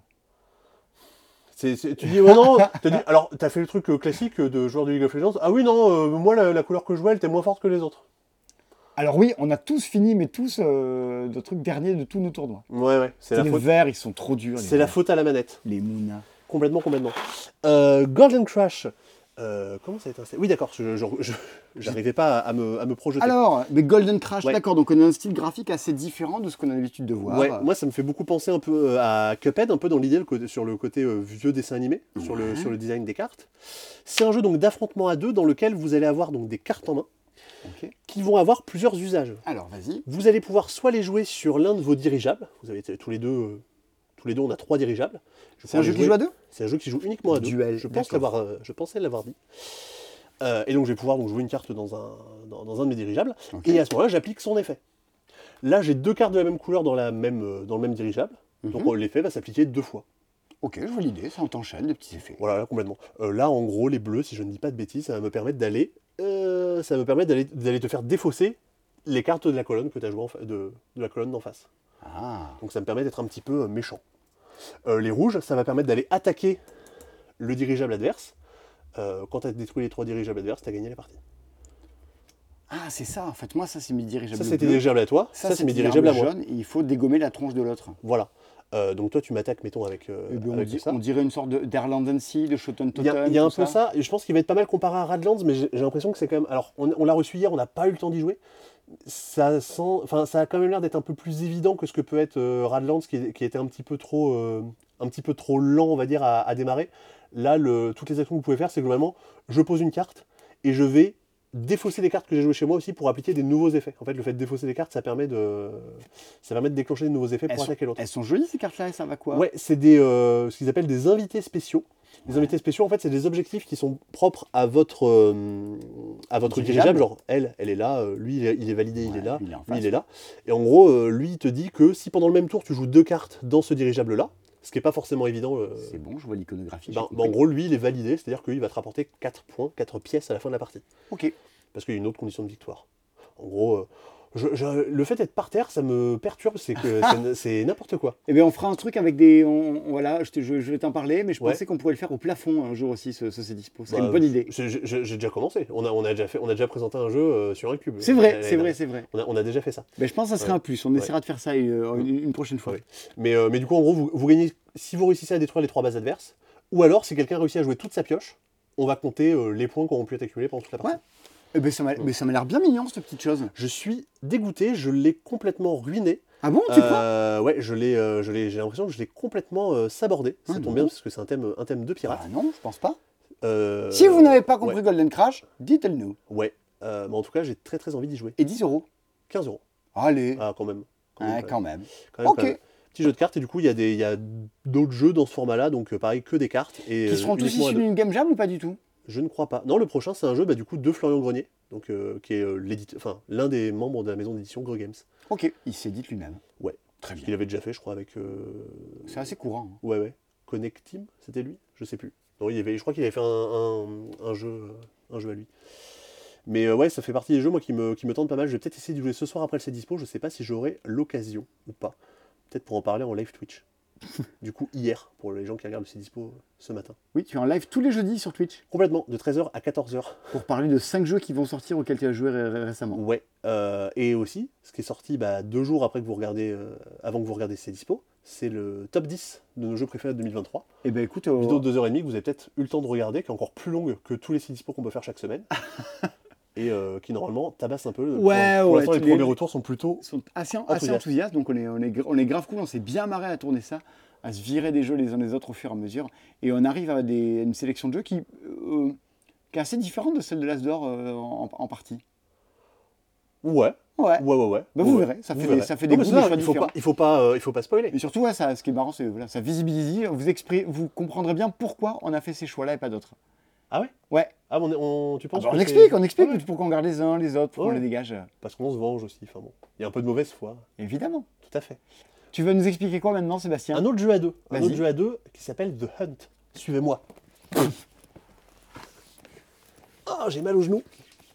C'est, c'est- tu dis, oh non, t'as dit, alors t'as fait le truc euh, classique de joueur de League of Legends. Ah oui, non, euh, moi la, la couleur que je jouais, elle était moins forte que les autres. Alors oui, on a tous fini, mais tous euh, de trucs derniers de tous nos tournois. Ouais, ouais, c'est la les faute. verts, ils sont trop durs. les C'est la verts. faute à la manette. Les Mouna. Complètement, complètement. Euh, Golden Crush. Euh, comment ça a été installé? Oui, d'accord, je, je, je- j'arrivais pas à, à me, à me projeter. Alors, mais Golden Crash, Ouais. d'accord, donc on a un style graphique assez différent de ce qu'on a l'habitude de voir. Ouais, moi ça me fait beaucoup penser un peu euh, à Cuphead, un peu dans l'idée le côté- sur le côté euh, vieux dessin animé, sur, le, Ouais. sur le design des cartes. C'est un jeu donc d'affrontement à deux dans lequel vous allez avoir donc des cartes en main Ok. qui vont avoir plusieurs usages. Alors, vas-y. Vous allez pouvoir soit les jouer sur l'un de vos dirigeables, vous avez t- tous les deux, euh, tous les deux on a trois dirigeables. Je C'est un pourrais jeu les qui jouer- joue à deux C'est un jeu qui joue uniquement à deux. Duel, je, pense d'accord. l'avoir, euh, je pensais l'avoir dit. Euh, et donc je vais pouvoir donc, jouer une carte dans un, dans, dans un de mes dirigeables, Ok. et à ce moment-là j'applique son effet. Là j'ai deux cartes de la même couleur dans, la même, euh, dans le même dirigeable, donc Mhm. euh, l'effet va s'appliquer deux fois. Ok, je vois l'idée, ça on t'enchaîne, des petits effets. Voilà, là, complètement. Euh, là en gros les bleus, si je ne dis pas de bêtises, ça va me permettre d'aller, euh, ça va me permettre d'aller, d'aller te faire défausser les cartes de la colonne que tu as joué en fa- de, de la colonne d'en face. Ah, Donc ça me permet d'être un petit peu euh, méchant. Euh, les rouges, ça va permettre d'aller attaquer le dirigeable adverse. Euh, quand tu as détruit les trois dirigeables adverses, tu as gagné la partie. ah c'est ça, en fait, moi ça c'est mes dirigeables Ça, c'est tes bleus. dirigeables à toi. Ça, c'est mes dirigeables à moi. jaune, et il faut dégommer la tronche de l'autre. Voilà. Euh, donc toi, tu m'attaques, mettons, avec, euh, Eh ben, on, avec dit- ça. on dirait une sorte de- d'Erlandency, de Shoten Il y a, Totem. il y a un tout peu ça, et je pense qu'il va être pas mal comparé à Radlands, mais j'ai j'ai l'impression que c'est quand même... Alors, on, on l'a reçu hier, on n'a pas eu le temps d'y jouer. Ça, sent... enfin, ça a quand même l'air d'être un peu plus évident que ce que peut être euh, Radlands, qui, qui était un petit peu trop, euh, un petit peu trop lent, on va dire, à, à démarrer. Là, le, toutes les actions que vous pouvez faire, c'est globalement, je pose une carte, et je vais défausser les cartes que j'ai jouées chez moi aussi pour appliquer des nouveaux effets. En fait, le fait de défausser les cartes, ça permet de, ça permet de déclencher des nouveaux effets Elles pour sont, attaquer l'autre. elles sont jolies ces cartes-là, et ça va quoi? Ouais, c'est des, euh, ce qu'ils appellent des invités spéciaux. Les invités spéciaux, en fait, c'est des objectifs qui sont propres à votre, euh, à votre Dirigeable. dirigeable. Genre, elle, elle est là, euh, lui, il est, il est validé, il Ouais, est là, lui, il est en lui, face. il est là. Et en gros, euh, lui, il te dit que si pendant le même tour, tu joues deux cartes dans ce dirigeable-là, ce qui n'est pas forcément évident, euh, C'est bon, je vois l'iconographie. ben, j'ai ben, en compris. gros, lui, il est validé, c'est-à-dire qu'il va te rapporter quatre points, quatre pièces à la fin de la partie. Ok. Parce qu'il y a une autre condition de victoire. En gros, euh, je- je- le fait d'être par terre, ça me perturbe, c'est que c'est- c'est n'importe quoi. Eh bien, on fera un truc avec des. on- on- voilà, je, te- je- je vais t'en parler, mais je Ouais. pensais qu'on pourrait le faire au plafond un jour aussi, ce, ce c'est dispo. C'est Bah, une bonne idée. J'ai j'ai- j'ai déjà commencé. On a, on, a déjà fait, on a déjà présenté un jeu euh, sur un cube. C'est vrai, L'année c'est vrai, dernière. c'est vrai. On a, on a déjà fait ça. Ben, je pense que ça serait Ouais. un plus. On essaiera de faire ça euh, une, une prochaine fois. Ouais. Mais, euh, mais du coup, en gros, vous, vous gagnez si vous réussissez à détruire les trois bases adverses. Ou alors, si quelqu'un réussit à jouer toute sa pioche, on va compter euh, les points qui auront pu être accumulés pendant toute la partie. Ouais. Eh ben, ça m'a mais ça m'a l'air bien mignon, cette petite chose. Je suis dégoûté, je l'ai complètement ruiné. Ah bon, tu crois? Euh, ouais, je l'ai, euh, je l'ai, j'ai l'impression que je l'ai complètement euh, sabordé. Ça Ah tombe non. bien parce que c'est un thème, un thème de pirate. Ah non, je pense pas. Euh, Si vous n'avez pas compris ouais. Golden Crash, dites-le nous. Ouais, Euh, mais en tout cas, j'ai très très envie d'y jouer. Et dix euros. quinze euros. Allez. Ah, quand même. Quand même, Ouais, quand quand même. même. Quand même, Ok. quand même. Petit jeu de cartes, et du coup, il y a, des, il y a d'autres jeux dans ce format-là, donc euh, pareil, que des cartes. Et, Qui euh, seront tous uniquement à issus deux. d'une game jam ou pas du tout? Je ne crois pas. Non, le prochain, c'est un jeu bah, du coup de Florian Grenier, donc, euh, qui est euh, l'édite- enfin, l'un des membres de la maison d'édition Gros Games. Ok, il s'est dit lui-même. Ouais. Très bien. Il avait déjà fait, je crois, avec. euh, C'est assez courant. hein. Ouais, ouais. Connect Team, c'était lui? Je sais plus. Non, il avait, je crois qu'il avait fait un, un, un jeu, euh, un jeu à lui. Mais euh, ouais, ça fait partie des jeux moi qui me, qui me tentent pas mal. Je vais peut-être essayer de jouer ce soir après le C Dispo. Je sais pas si j'aurai l'occasion ou pas. Peut-être pour en parler en live Twitch. Du coup, hier, pour les gens qui regardent le C Dispo ce matin. Oui, tu es en live tous les jeudis sur Twitch Complètement, de treize heures à quatorze heures. pour parler de cinq jeux qui vont sortir auxquels tu as joué ré- ré- récemment. Ouais. Euh, et aussi, ce qui est sorti bah, deux jours après que vous regardez, euh, avant que vous regardiez C Dispo, c'est le top dix de nos jeux préférés de deux mille vingt-trois. Eh ben écoute, euh, Vidéo de deux heures trente que vous avez peut-être eu le temps de regarder, qui est encore plus longue que tous les C Dispo qu'on peut faire chaque semaine. Et euh, qui normalement tabasse un peu. Pour- Ouais, pour ouais, l'instant, les tu les- premiers retours sont plutôt. ils sont assez, assez Enthousiaste. enthousiastes, donc on est, on, est, gra- on est grave cool, on s'est bien marré à tourner ça, à se virer des jeux les uns les autres au fur et à mesure, et on arrive à des, une sélection de jeux qui, euh, qui est assez différente de celle de l'As d'Or euh, en, en partie. Ouais, Ouais, ouais, ouais, ouais. Bah, vous Ouais, verrez, ça vous fait verrez. des- ça fait des Non, mais goûts, c'est des ça, choix il faut différents. pas, il faut pas, euh, il faut pas spoiler. et surtout, ouais, ça, ce qui est marrant, c'est voilà, ça visibilise, vous, exprime, vous comprendrez bien pourquoi on a fait ces choix-là et pas d'autres. Ah ouais Ouais. Ah, on, est- on- tu Ah penses bah, que on c'est- explique, on explique Ouais, pourquoi on garde les uns, les autres, pourquoi Ouais. on les dégage. Parce qu'on se venge aussi, enfin bon. Il y a un peu de mauvaise foi, Évidemment. tout à fait. Tu veux nous expliquer quoi maintenant, Sébastien? Un autre jeu à deux, un Vas-y. autre jeu à deux qui s'appelle The Hunt. Suivez-moi. Ah, j'ai mal au genou.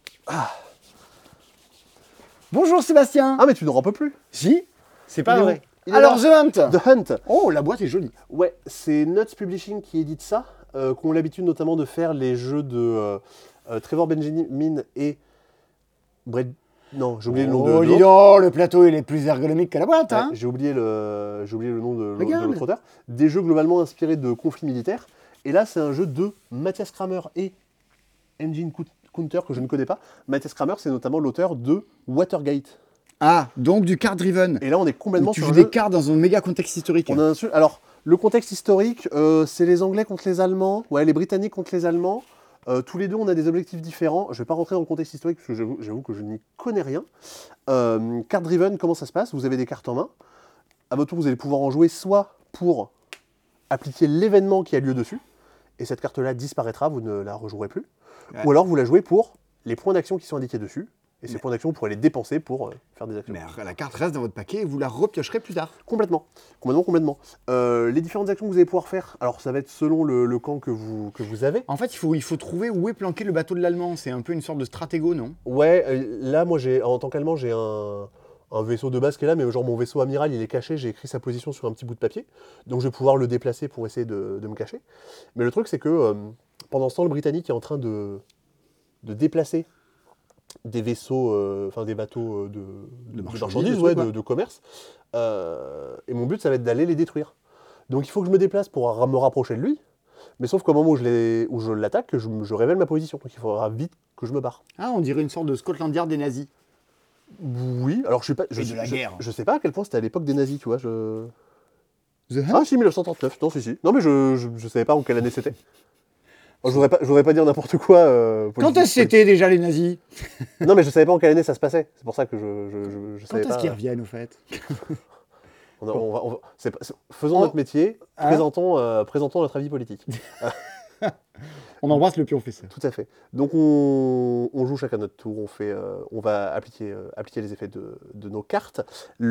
Bonjour Sébastien. Ah, mais tu n'en peux plus. Si, c'est pas Il est vrai. où Il est Alors là. The Hunt. The Hunt. Oh, la boîte est jolie. Ouais, c'est Nuts Publishing qui édite ça, euh, qui ont l'habitude notamment de faire les jeux de euh, euh, Trevor Benjamin et Brett. Non, j'ai oublié le nom de. Oh, de dis l'autre. donc, le plateau il est plus ergonomique que la boîte, Ouais, hein. j'ai oublié le, j'ai oublié le nom de, l'au- de Regarde. l'autre auteur. Des jeux globalement inspirés de conflits militaires. Et là, c'est un jeu de Matthias Kramer et Engine Cou- Counter que je ne connais pas. Matthias Kramer, c'est notamment l'auteur de Watergate. Ah, donc du card driven. Et là, on est complètement Tu sur joues un des jeu. cartes dans un méga contexte historique. On a un su- Alors, le contexte historique, euh, c'est les Anglais contre les Allemands, ouais, les Britanniques contre les Allemands. Euh, tous les deux, on a des objectifs différents. Je ne vais pas rentrer dans le contexte historique parce que j'avoue, j'avoue que je n'y connais rien. Euh, card driven, comment ça se passe? Vous avez des cartes en main. À votre tour, vous allez pouvoir en jouer soit pour appliquer l'événement qui a lieu dessus, et cette carte-là disparaîtra, vous ne la rejouerez plus. Ouais. Ou alors, vous la jouez pour les points d'action qui sont indiqués dessus. Et ces Mais- points d'action, vous pourrez les dépenser pour euh, faire des actions. Mais la carte reste dans votre paquet et vous la repiocherez plus tard. Complètement, complètement, complètement. Euh, les différentes actions que vous allez pouvoir faire, alors ça va être selon le, le camp que vous, que vous avez. En fait, il faut, il faut trouver où est planqué le bateau de l'Allemand. C'est un peu une sorte de stratégo, non? Ouais, euh, là, moi, j'ai, en tant qu'Allemand, j'ai un, un vaisseau de base qui est là, mais genre mon vaisseau amiral, il est caché, j'ai écrit sa position sur un petit bout de papier, donc je vais pouvoir le déplacer pour essayer de, de me cacher. Mais le truc, c'est que euh, pendant ce temps, le Britannique est en train de, de déplacer des vaisseaux, euh, enfin des bateaux euh, de, de marchandises, marchandises, de ouais, trucs, de, quoi. de commerce. Euh, et mon but, ça va être d'aller les détruire. Donc il faut que je me déplace pour ra- me rapprocher de lui. Mais sauf qu'au moment où je, les- où je l'attaque, que je, me- je révèle ma position. Donc il faudra vite que je me barre. Ah, on dirait une sorte de Scotland Yard des nazis. Oui, alors je suis pas. Je, Et de la je- guerre. je sais pas à quel point c'était à l'époque des nazis, tu vois. Je... The Hunt. Ah si, mille neuf cent trente-neuf. Non, si, si. Non, mais je, je, je savais pas en quelle année c'était. Oh, je voudrais pas, je voudrais pas dire n'importe quoi. euh, Quand politique- est-ce que c'était déjà les nazis? Non, mais je savais pas en quelle année ça se passait. C'est pour ça que je, je, je, je Quand savais est-ce pas. qu'ils reviennent, au fait? On a- on va- on va- c'est pas- c'est- faisons On- notre métier, Hein présentons, euh, présentons notre avis politique. On embrasse le pionfesseur. Tout à fait. Donc on, on joue chacun notre tour, on, fait, euh, on va appliquer, euh, appliquer les effets de, de nos cartes.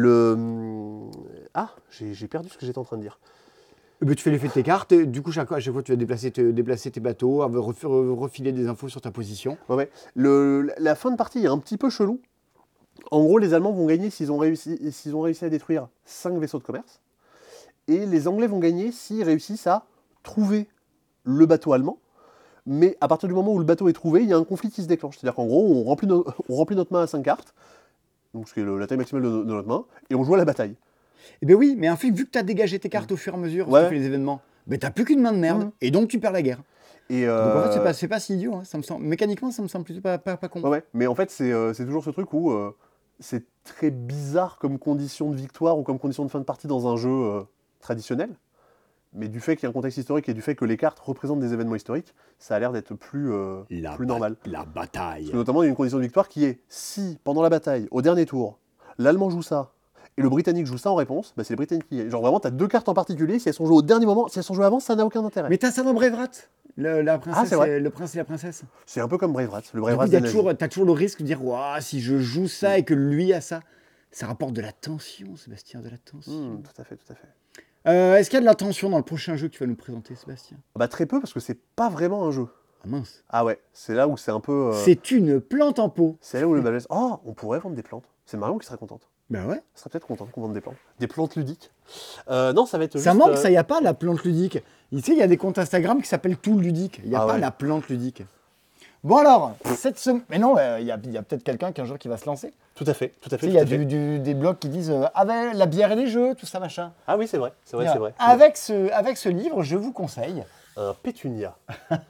Le... Ah, j'ai j'ai perdu ce que j'étais en train de dire. Eh ben, tu fais l'effet de tes cartes, et du coup, chaque, à chaque fois, tu vas déplacer, te- déplacer tes bateaux, avoir- ref- refiler des infos sur ta position. Ouais, ouais. Le, la fin de partie est un petit peu chelou. En gros, les Allemands vont gagner s'ils ont, réussi, s'ils ont réussi à détruire cinq vaisseaux de commerce. Et les Anglais vont gagner s'ils réussissent à trouver le bateau allemand. Mais à partir du moment où le bateau est trouvé, il y a un conflit qui se déclenche. C'est-à-dire qu'en gros, on remplit, no- on remplit notre main à cinq cartes, donc ce qui est le- la taille maximale de, no- de notre main, et on joue à la bataille. Eh bien oui, mais en fait, vu que tu as dégagé tes cartes au fur et à mesure, Ouais. tu fais les événements, ben t'as plus qu'une main de merde, Mhm. et donc tu perds la guerre. Et Donc en fait, c'est euh, pas, c'est pas si idiot, hein. Ça me semble, mécaniquement, ça me semble plutôt pas, pas, pas con. ouais, ouais. Mais en fait, c'est euh, c'est toujours ce truc où euh, c'est très bizarre comme condition de victoire ou comme condition de fin de partie dans un jeu euh, traditionnel. Mais du fait qu'il y a un contexte historique et du fait que les cartes représentent des événements historiques, ça a l'air d'être plus, euh, La plus ba- normal. La bataille. Parce que notamment, il y a une condition de victoire qui est si, pendant la bataille, au dernier tour, l'Allemand joue ça et le Britannique joue ça en réponse, bah c'est les Britanniques qui. Genre vraiment, tu as deux cartes en particulier, si elles sont jouées au dernier moment, si elles sont jouées avant, ça n'a aucun intérêt. Mais t'as ça dans Braveheart, le, la Ah, princesse c'est vrai. et- le prince et la princesse. C'est un peu comme Braveheart. Le Du coup, Braveheart, t'as des nazis. toujours, t'as toujours le risque de dire, Ouah, si je joue ça et que lui a ça, ça rapporte de la tension, Sébastien, de la tension. Hmm, tout à fait, tout à fait. Euh, Est-ce qu'il y a de la tension dans le prochain jeu que tu vas nous présenter, Sébastien? Bah très peu parce que c'est pas vraiment un jeu. Ah mince. Ah ouais, c'est là où c'est un peu. euh, C'est une plante en pot. C'est là où le bal blesse. Oh, on pourrait vendre des plantes. C'est Marion qui serait contente. Bah ouais. Elle serait peut-être contente qu'on vende des plantes. Des plantes ludiques. Euh, non, ça va être Ça juste, manque, euh, ça, il n'y a pas la plante ludique. Tu sais, il y a des comptes Instagram qui s'appellent tout ludique. Il n'y a Ah pas ouais. la plante ludique. Bon alors, cette semaine... Mais non, euh, il y a, il y a peut-être quelqu'un qui un jour qui va se lancer. Tout à fait, tout à Tu fait. sais, il y a tout à fait. du- du- des blogs qui disent euh, avec la bière et les jeux, tout ça machin. Ah oui, c'est vrai, c'est vrai, Bien. c'est vrai. Avec ce, avec ce livre, je vous conseille. Un pétunia.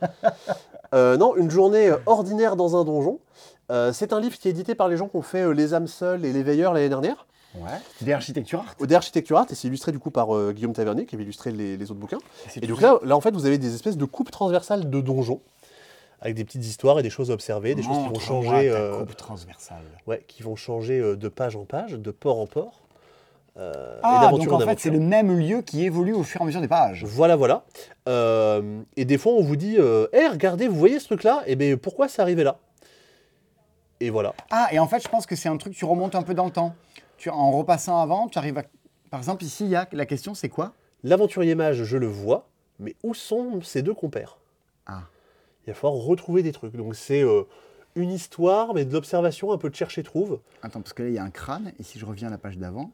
Euh, non, une journée euh, ordinaire dans un donjon. Euh, c'est un livre qui est édité par les gens qui ont fait euh, Les âmes seules et Les veilleurs l'année dernière. Ouais. Des Architecture Art. Au d'Architecture Art, et c'est illustré du coup par euh, Guillaume Tavernier qui avait illustré les, les autres bouquins. C'est Et donc tout- là, là, en fait, vous avez des espèces de coupes transversales de donjons, avec des petites histoires et des choses à observer, des choses qui vont Montre-moi changer, ta euh, coupe transversale. ouais, qui vont changer euh, de page en page, de port en port. euh, et Ah, d'aventure donc en en fait, aventure. c'est le même lieu qui évolue au fur et à mesure des pages. Voilà, voilà. Euh, et des fois, on vous dit euh, Hey, regardez, vous voyez ce truc-là? Et bien, pourquoi c'est arrivé là? Et voilà. Ah, et en fait, je pense que c'est un truc, tu remontes un peu dans le temps. Tu, en repassant avant, tu arrives à... Par exemple, ici, il y a... la question, c'est quoi? L'aventurier mage, je le vois, mais où sont ces deux compères? Ah. Il va falloir retrouver des trucs. Donc, c'est euh, une histoire, mais de l'observation, un peu de chercher-trouve. Attends, parce que là, il y a un crâne, et si je reviens à la page d'avant...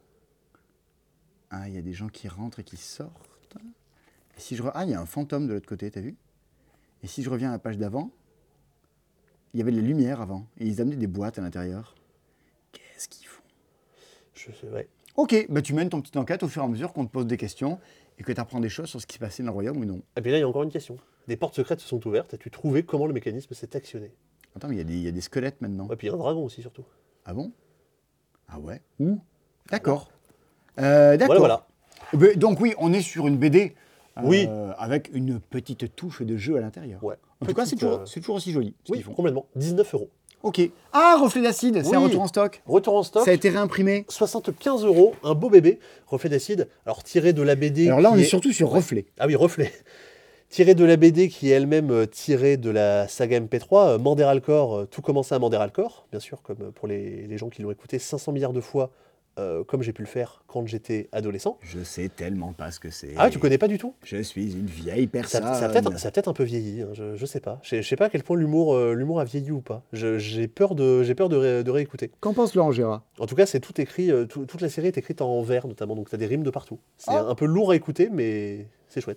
Ah, il y a des gens qui rentrent et qui sortent. Et si je re... Ah, il y a un fantôme de l'autre côté, t'as vu? Et si je reviens à la page d'avant, il y avait de la lumière avant, et ils amenaient des boîtes à l'intérieur. Qu'est-ce qu'ils font? Je sais, ouais. Ok, bah tu mènes ton petite enquête au fur et à mesure qu'on te pose des questions, et que tu apprends des choses sur ce qui se passait dans le royaume ou non. Et puis là, il y a encore une question. Des portes secrètes se sont ouvertes. As-tu trouvé comment le mécanisme s'est actionné? Attends, mais il y, a des- il y a des squelettes maintenant. Et puis il y a un dragon aussi, surtout. Ah bon? Ah ouais? Où? D'accord. Euh, D'accord. Voilà, voilà. Ben, donc oui, on est sur une B D euh, Oui. avec une petite touche de jeu à l'intérieur. Ouais. En tout cas, c'est Petite, toujours, euh, c'est toujours aussi joli ce Oui, qu'ils font. complètement. dix-neuf euros. Ok. Ah, Reflet d'acide, c'est un Oui. retour en stock. Retour en stock. Ça a été réimprimé. soixante-quinze euros, un beau bébé, reflet d'acide. Alors tiré de la B D. Alors là, on qui est surtout sur Reflet. Ah oui, reflet. Tiré de la B D qui est elle-même euh, tirée de la saga M P trois, euh, Manderalcore, euh, tout commençait à Manderalcore, bien sûr, comme euh, pour les, les gens qui l'ont écouté cinq cents milliards de fois, euh, comme j'ai pu le faire quand j'étais adolescent. Je sais tellement pas ce que c'est. Ah, tu connais pas du tout? Je suis une vieille Ça, personne. ça a peut-être ça a peut-être un peu vieilli, hein, je, je sais pas. Je, je sais pas à quel point l'humour euh, l'humour a vieilli ou pas. Je- J'ai peur de, j'ai peur de, ré- de réécouter. Qu'en pense Laurent Gérard? En tout cas, c'est tout écrit, euh, tout- toute la série est écrite en vers notamment, donc tu as des rimes de partout. C'est Ah. un peu lourd à écouter, mais c'est chouette.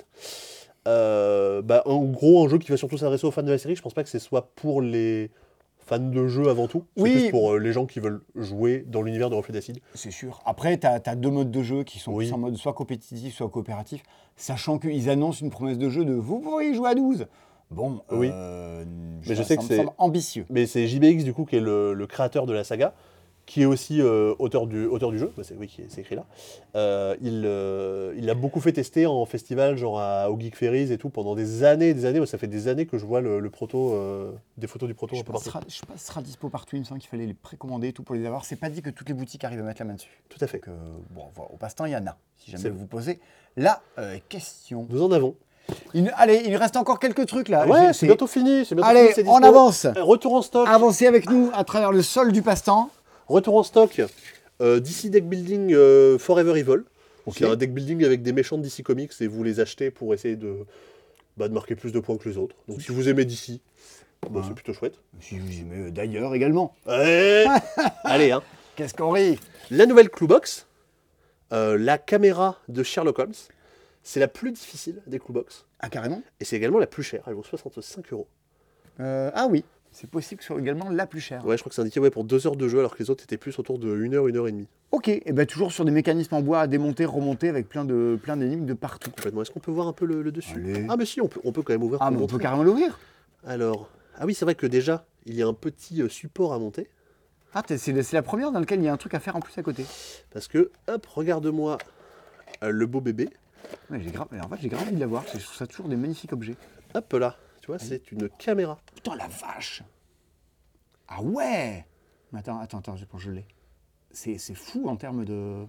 Euh, bah, en gros, un jeu qui va surtout s'adresser aux fans de la série, je pense pas que ce soit pour les fans de jeu avant tout, c'est Oui. plus pour euh, les gens qui veulent jouer dans l'univers de Reflet d'Acide. C'est sûr. Après, tu as, deux modes de jeu qui sont Oui. plus en mode soit compétitif, soit coopératif, sachant qu'ils annoncent une promesse de jeu de vous pourriez jouer à douze. Bon, Oui. euh, Mais je ça- sais ça que me c'est- semble ambitieux. Mais c'est J B X du coup qui est le, le créateur de la saga, qui est aussi euh, auteur, du, auteur du jeu, bah, c'est oui, qui est- c'est écrit là. Euh, il euh, il l'a beaucoup fait tester en festival, genre à, au Geek Ferries et tout, pendant des années et des années. Moi, ça fait des années que je vois le, le proto, euh, des photos du proto Je un peu pense, partout. sera, je sais pas si ce sera dispo partout, il me semble qu'il fallait les précommander et tout pour les avoir. C'est pas dit que toutes les boutiques arrivent à mettre la main dessus. Tout à fait. Donc, euh, bon, voilà, au passe-temps, il y en a. Si jamais C'est- vous posez la euh, question. Nous en avons. Il- allez, il nous reste encore quelques trucs là. Ouais, J'ai- c'est bientôt fini. c'est bientôt Allez, fini, c'est dispo. on avance. Euh, Retour en stock. Avancez avec nous à travers le sol du passe-temps. Retour en stock. Euh, D C Deck Building euh, Forever Evil. Ok. C'est un deck building avec des méchants de D C Comics et vous les achetez pour essayer de, bah, de marquer plus de points que les autres. Donc si vous aimez D C, bah, Ouais. c'est plutôt chouette. Si vous aimez d'ailleurs également. Ouais. Allez, hein. Qu'est-ce qu'on rit? La nouvelle Cluebox, euh, la caméra de Sherlock Holmes, c'est la plus difficile des Cluebox. Ah, carrément? Et c'est également la plus chère. Elle vaut soixante-cinq euros. Euh, Ah oui, c'est possible que ce soit également la plus chère. Ouais, je crois que c'est indiqué ouais, pour deux heures de jeu, alors que les autres étaient plus autour de une heure, une heure et demie. Ok, et ben toujours sur des mécanismes en bois à démonter, remonter avec plein de plein d'énigmes de partout. Complètement. Est-ce qu'on peut voir un peu le, le dessus? Allez. Ah, mais si, on peut, on peut quand même ouvrir Ah, pour mais on montrer. peut carrément l'ouvrir. Alors, ah oui, c'est vrai que déjà, il y a un petit euh, support à monter. Ah, t'es- c'est c'est la première dans laquelle il y a un truc à faire en plus à côté. Parce que, hop, regarde-moi euh, le beau bébé. Ouais, j'ai grave, en fait, j'ai grave envie de la voir. Je trouve ça toujours des magnifiques objets. Hop là, tu vois, c'est une caméra. Putain, la vache. Ah ouais. Mais attends, attends, attends, pour je l'ai. C'est c'est fou en termes de.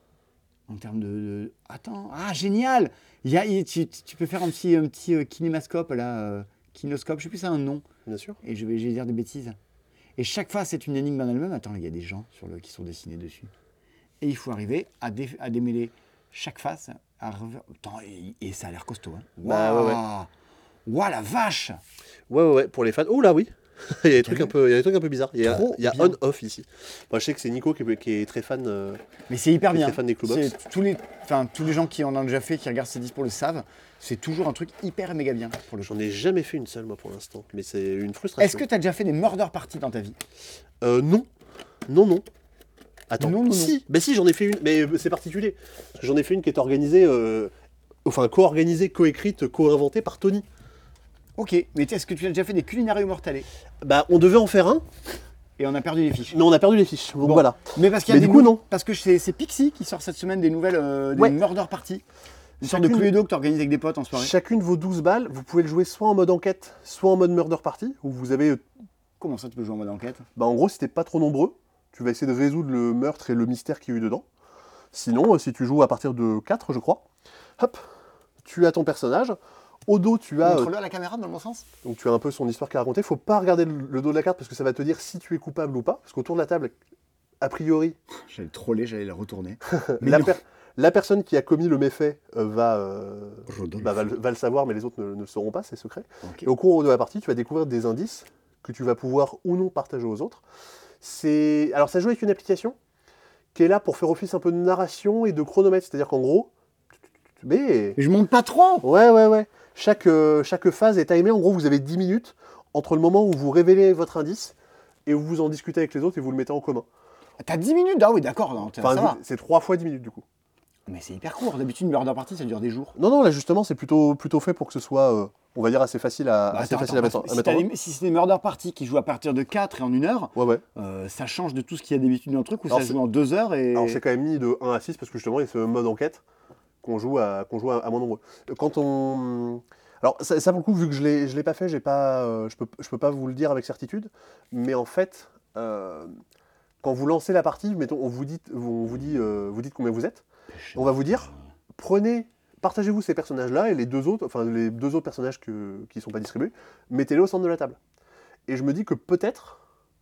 En termes de, de- Attends, ah génial. Il y a, il- tu, tu peux faire un petit, un petit euh, kinémascope là, euh, kinoscope, je sais plus ça a un nom. Bien sûr. Et je vais, je vais dire des bêtises. Et chaque face c'est une énigme en elle-même. Attends, il y a des gens sur le, qui sont dessinés dessus. Et il faut arriver à, dé- à démêler chaque face. À rever- Attends, et, et ça a l'air costaud. Hein. Bah, ouais, ouais. Waouh. Waouh, la vache. Ouais, ouais, ouais, pour les fans. Oh là, oui. il, y a des trucs vu un peu, il y a des trucs un peu bizarres. Il y a, Trop il y a bien. on-off ici. Moi, je sais que c'est Nico qui est, qui est très fan. euh, Mais c'est hyper T'es bien. très fan des Cluebox. C'est- Tous les, enfin, tous les gens qui en ont déjà fait, qui regardent ces dispo le savent. C'est toujours un truc hyper méga bien pour le jeu. J'en ai jamais fait une seule, moi, pour l'instant. Mais c'est une frustration. Est-ce que tu as déjà fait des murder parties dans ta vie? Euh, non. Non, non. Attends. Non, non, non. si. Bah si, j'en ai fait une. Mais euh, c'est particulier. Parce que j'en ai fait une qui est organisée... euh, Enfin, co-organisée, co-écrite, co-inventée par Tony. Ok, mais est-ce que tu as déjà fait des culinario mortales? Bah, on devait en faire un, Et on a perdu les fiches. mais on a perdu les fiches. Donc Bon. voilà. Mais parce qu'il y a Mais des du coup, nou- non. Parce que c'est c'est Pixie qui sort cette semaine des nouvelles euh, des Ouais. murder parties. Une sorte de Chacune- Cluedo que tu organises avec des potes en soirée. Chacune vaut douze balles. Vous pouvez le jouer soit en mode enquête, soit en mode murder party, où vous avez... euh, Comment ça tu peux jouer en mode enquête? Bah, en gros, si t'es pas trop nombreux, tu vas essayer de résoudre le meurtre et le mystère qu'il y a eu dedans. Sinon, euh, si tu joues à partir de quatre, je crois, hop, tu as ton personnage. Au dos, tu as, euh, Montre-le à la caméra dans le bon sens. donc tu as un peu son histoire qui a raconté. Faut pas regarder le, le dos de la carte parce que ça va te dire si tu es coupable ou pas. Parce qu'autour de la table, a priori, J'allais troller, j'allais la retourner. Mais la, non. per- la personne qui a commis le méfait euh, va, euh, Rodolphe. bah, va, le- va le savoir, mais les autres ne, ne le sauront pas, c'est secret. Ok. Et au cours de la partie, tu vas découvrir des indices que tu vas pouvoir ou non partager aux autres. C'est... Alors ça joue avec une application qui est là pour faire office un peu de narration et de chronomètre. C'est-à-dire qu'en gros, mais... Mais je monte pas trop. Ouais, ouais, ouais. Chaque, euh, chaque phase est timée. En gros, vous avez dix minutes entre le moment où vous révélez votre indice et où vous en discutez avec les autres et vous le mettez en commun. T'as dix minutes. Ah oui, d'accord. non, ça Enfin, va. vu- c'est trois fois dix minutes du coup. Mais c'est hyper court. D'habitude, une murder party, ça dure des jours. Non, non, là justement, c'est plutôt, plutôt fait pour que ce soit, euh, on va dire, assez facile à, Bah, assez attends, facile attends, à mettre, en- parce à que mettre si, en t'as main. des- si c'est des murder party qui jouent à partir de quatre et en une heure, Ouais, ouais. euh, ça change de tout ce qu'il y a d'habitude dans le truc où Alors, ça c'est- joue en deux heures et. Alors c'est quand même mis de un à six parce que justement, il y a ce mode enquête qu'on joue à, qu'on joue à, à moins nombreux. Quand on... Alors ça, ça, pour le coup, vu que je l'ai, je l'ai pas fait, j'ai pas, euh, je peux, je peux pas vous le dire avec certitude, mais en fait, euh, quand vous lancez la partie, mettons, on vous dit, on vous dit, euh, vous dites combien vous êtes, on va vous dire, prenez, partagez-vous ces personnages-là et les deux autres, enfin les deux autres personnages que, qui sont pas distribués, mettez-les au centre de la table. Et je me dis que peut-être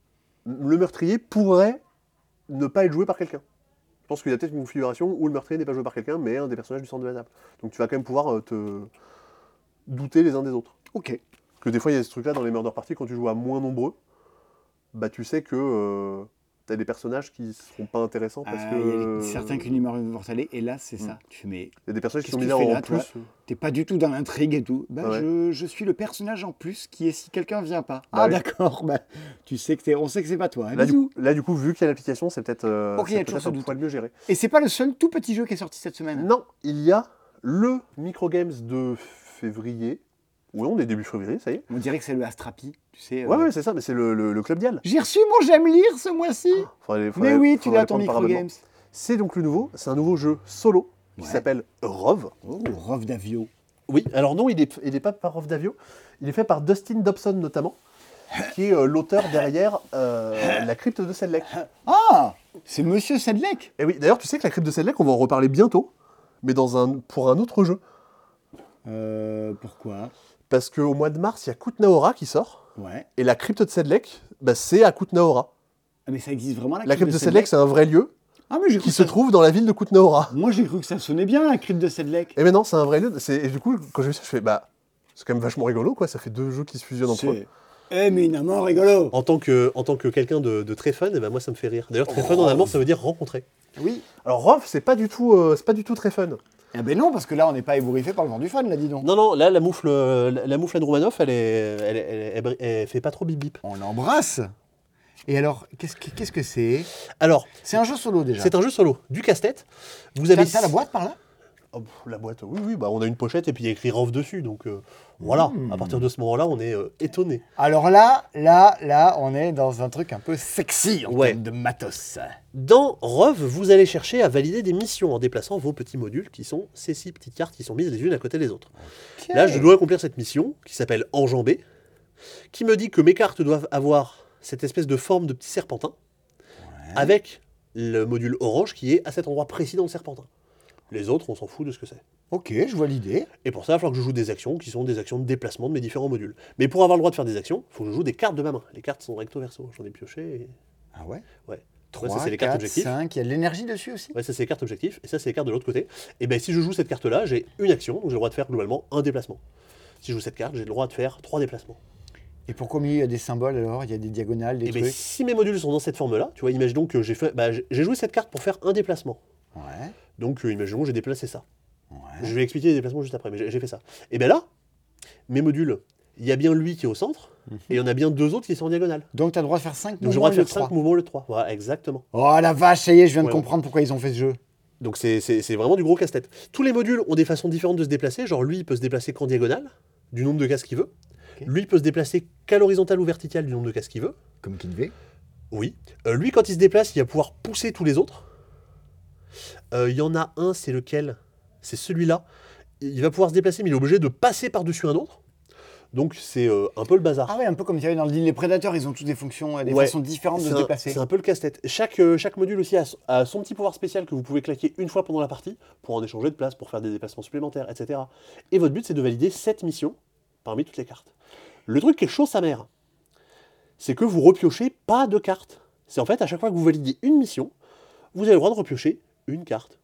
le meurtrier pourrait ne pas être joué par quelqu'un. Je pense qu'il y a peut-être une configuration où le meurtrier n'est pas joué par quelqu'un, mais un des personnages du centre de la table. Donc tu vas quand même pouvoir euh, te douter les uns des autres. Ok. Parce que des fois, il y a ce truc-là dans les murder parties, quand tu joues à moins nombreux, bah tu sais que euh, t'as des personnages qui seront pas intéressants parce Ah, que... il y a euh, certains qui numéro mortalité et là c'est ça. Tu fais mais Il y a des personnages qui Qu'est-ce sont que mis tu là fais en là, toi plus. t'es pas du tout dans l'intrigue et tout. Bah Ah ouais. je, je suis le personnage en plus qui est si quelqu'un vient pas. Bah ah oui. d'accord. Bah tu sais que t'es, on sait que c'est pas toi. hein, Là du, bisous. coup, là, du coup, vu qu'il y a l'application, c'est peut-être euh, Ok, il y a c'est toujours peut-être ce un doute. poil mieux géré. Et c'est pas le seul tout petit jeu qui est sorti cette semaine. Non, il y a le Microgames de février. Oui, on est début février, ça y est. On dirait que c'est le Astrapi, tu sais. euh. Ouais, ouais, c'est ça, mais c'est le, le, le Club Dial. J'ai reçu mon j'aime lire ce mois-ci. Faudrait- faudrait- Mais oui, tu faudrait l'as le ton prendre par Microgames. abonnement. C'est donc le nouveau, c'est un nouveau jeu solo qui Ouais. s'appelle Rove. Oh, Rove d'Avio. Oui, alors non, il n'est il est pas par Rove Davio, il est fait par Dustin Dobson notamment, qui est euh, l'auteur derrière euh, La Crypte de Sedlec. Ah, c'est Monsieur Sedlec. Et oui, d'ailleurs, tu sais que La Crypte de Sedlec, on va en reparler bientôt, mais dans un, pour un autre jeu. Euh, pourquoi? Parce qu'au mois de mars, il y a Kutnaora qui sort, Ouais. et La Crypte de Sedlec, bah, c'est à Kutnaora. Ah, mais ça existe vraiment la, La crypte Crypte de Sedlec, c'est un vrai lieu Ah, mais j'ai cru qui que se ça- trouve dans la ville de Kutnaora. Moi, j'ai cru que ça sonnait bien, la crypte de Sedlec. Et maintenant, c'est un vrai lieu. c'est- Et du coup, quand j'ai vu ça, je fais, bah, c'est quand même vachement rigolo, quoi. Ça fait deux jeux qui se fusionnent entre eux. C'est éminemment rigolo. En tant que, en tant que quelqu'un de, de très fun, eh ben moi, ça me fait rire. D'ailleurs, très fun en allemand, ça veut dire rencontrer. Oui. Alors, Rove, c'est pas du tout, euh, c'est pas du tout très fun. Eh ben non, parce que là, on n'est pas ébouriffé par le vent du fun, là, dis donc. Non, non, là, la moufle, euh, la, la moufle Andromanov, elle, est, elle, est- elle, est- elle, elle fait pas trop bip bip. On l'embrasse. Et alors, qu'est-ce que qu'est-ce que c'est? Alors, C'est un jeu solo déjà. c'est un jeu solo, du casse-tête. Vous T'as avez t'as la boîte par là? Oh, pff, la boîte, oui, oui, bah, on a une pochette et puis il y a écrit Rove dessus, donc euh, voilà. Mmh. À partir de ce moment-là, on est euh, étonné. Alors là, là, là, on est dans un truc un peu sexy en Ouais. termes de matos. Dans Rove, vous allez chercher à valider des missions en déplaçant vos petits modules, qui sont ces six petites cartes qui sont mises les unes à côté des autres. Là, je dois accomplir cette mission, qui s'appelle Enjamber, qui me dit que mes cartes doivent avoir cette espèce de forme de petit serpentin, avec le module orange qui est à cet endroit précis dans le serpentin. Les autres, on s'en fout de ce que c'est. Ok, je vois l'idée. Et pour ça, il va falloir que je joue des actions qui sont des actions de déplacement de mes différents modules. Mais pour avoir le droit de faire des actions, il faut que je joue des cartes de ma main. Les cartes sont recto verso. J'en ai pioché. Et... Ah ouais? Ouais. trois, ça, c'est les cartes quatre, objectifs. cinq, il y a de l'énergie dessus aussi? Ouais, ça c'est les cartes objectifs, et ça c'est les cartes de l'autre côté. Et bien si je joue cette carte-là, j'ai une action, donc j'ai le droit de faire globalement un déplacement. Si je joue cette carte, j'ai le droit de faire trois déplacements. Et pourquoi au milieu il y a des symboles alors? Il y a des diagonales, des Et bien trucs? si mes modules sont dans cette forme-là, tu vois, imaginons que j'ai fait, bah, j'ai j'ai joué cette carte pour faire un déplacement. Ouais, Donc euh, imaginons que j'ai déplacé ça. ouais. Je vais expliquer les déplacements juste après, mais j'ai j'ai fait ça. Et bien là, mes modules, il y a bien lui qui est au centre, Mhm. et il y en a bien deux autres qui sont en diagonale. Donc tu as le droit de faire cinq Donc j'ai le mouvements droit de au lieu faire cinq trois. mouvements au lieu de trois. Voilà, exactement. Oh la vache, ça y est, je viens de Ouais, comprendre pourquoi ils ont fait ce jeu. Donc c'est c'est- c'est vraiment du gros casse-tête. Tous les modules ont des façons différentes de se déplacer. Genre lui, il peut se déplacer qu'en diagonale, du nombre de cases qu'il veut. Ok. Lui, il peut se déplacer qu'à l'horizontale ou verticale, du nombre de cases qu'il veut. Comme qu'il devait. Oui. Euh, lui, quand il se déplace, il va pouvoir pousser tous les autres. Euh, Il y en a un, c'est lequel? C'est celui-là. Il va pouvoir se déplacer, mais il est obligé de passer par-dessus un autre. Donc c'est euh, un peu le bazar. Ah ouais, un peu comme il y avait dans le deal, les prédateurs, ils ont tous des fonctions, euh, des Ouais. façons différentes de C'est se un, déplacer. c'est un peu le casse-tête. Chaque, euh, chaque module aussi a, a son petit pouvoir spécial que vous pouvez claquer une fois pendant la partie pour en échanger de place, pour faire des déplacements supplémentaires, et cetera. Et votre but, c'est de valider sept missions parmi toutes les cartes. Le truc qui est chaud sa mère, c'est que vous repiochez pas de cartes. C'est en fait, à chaque fois que vous validez une mission, vous avez le droit de repiocher une carte.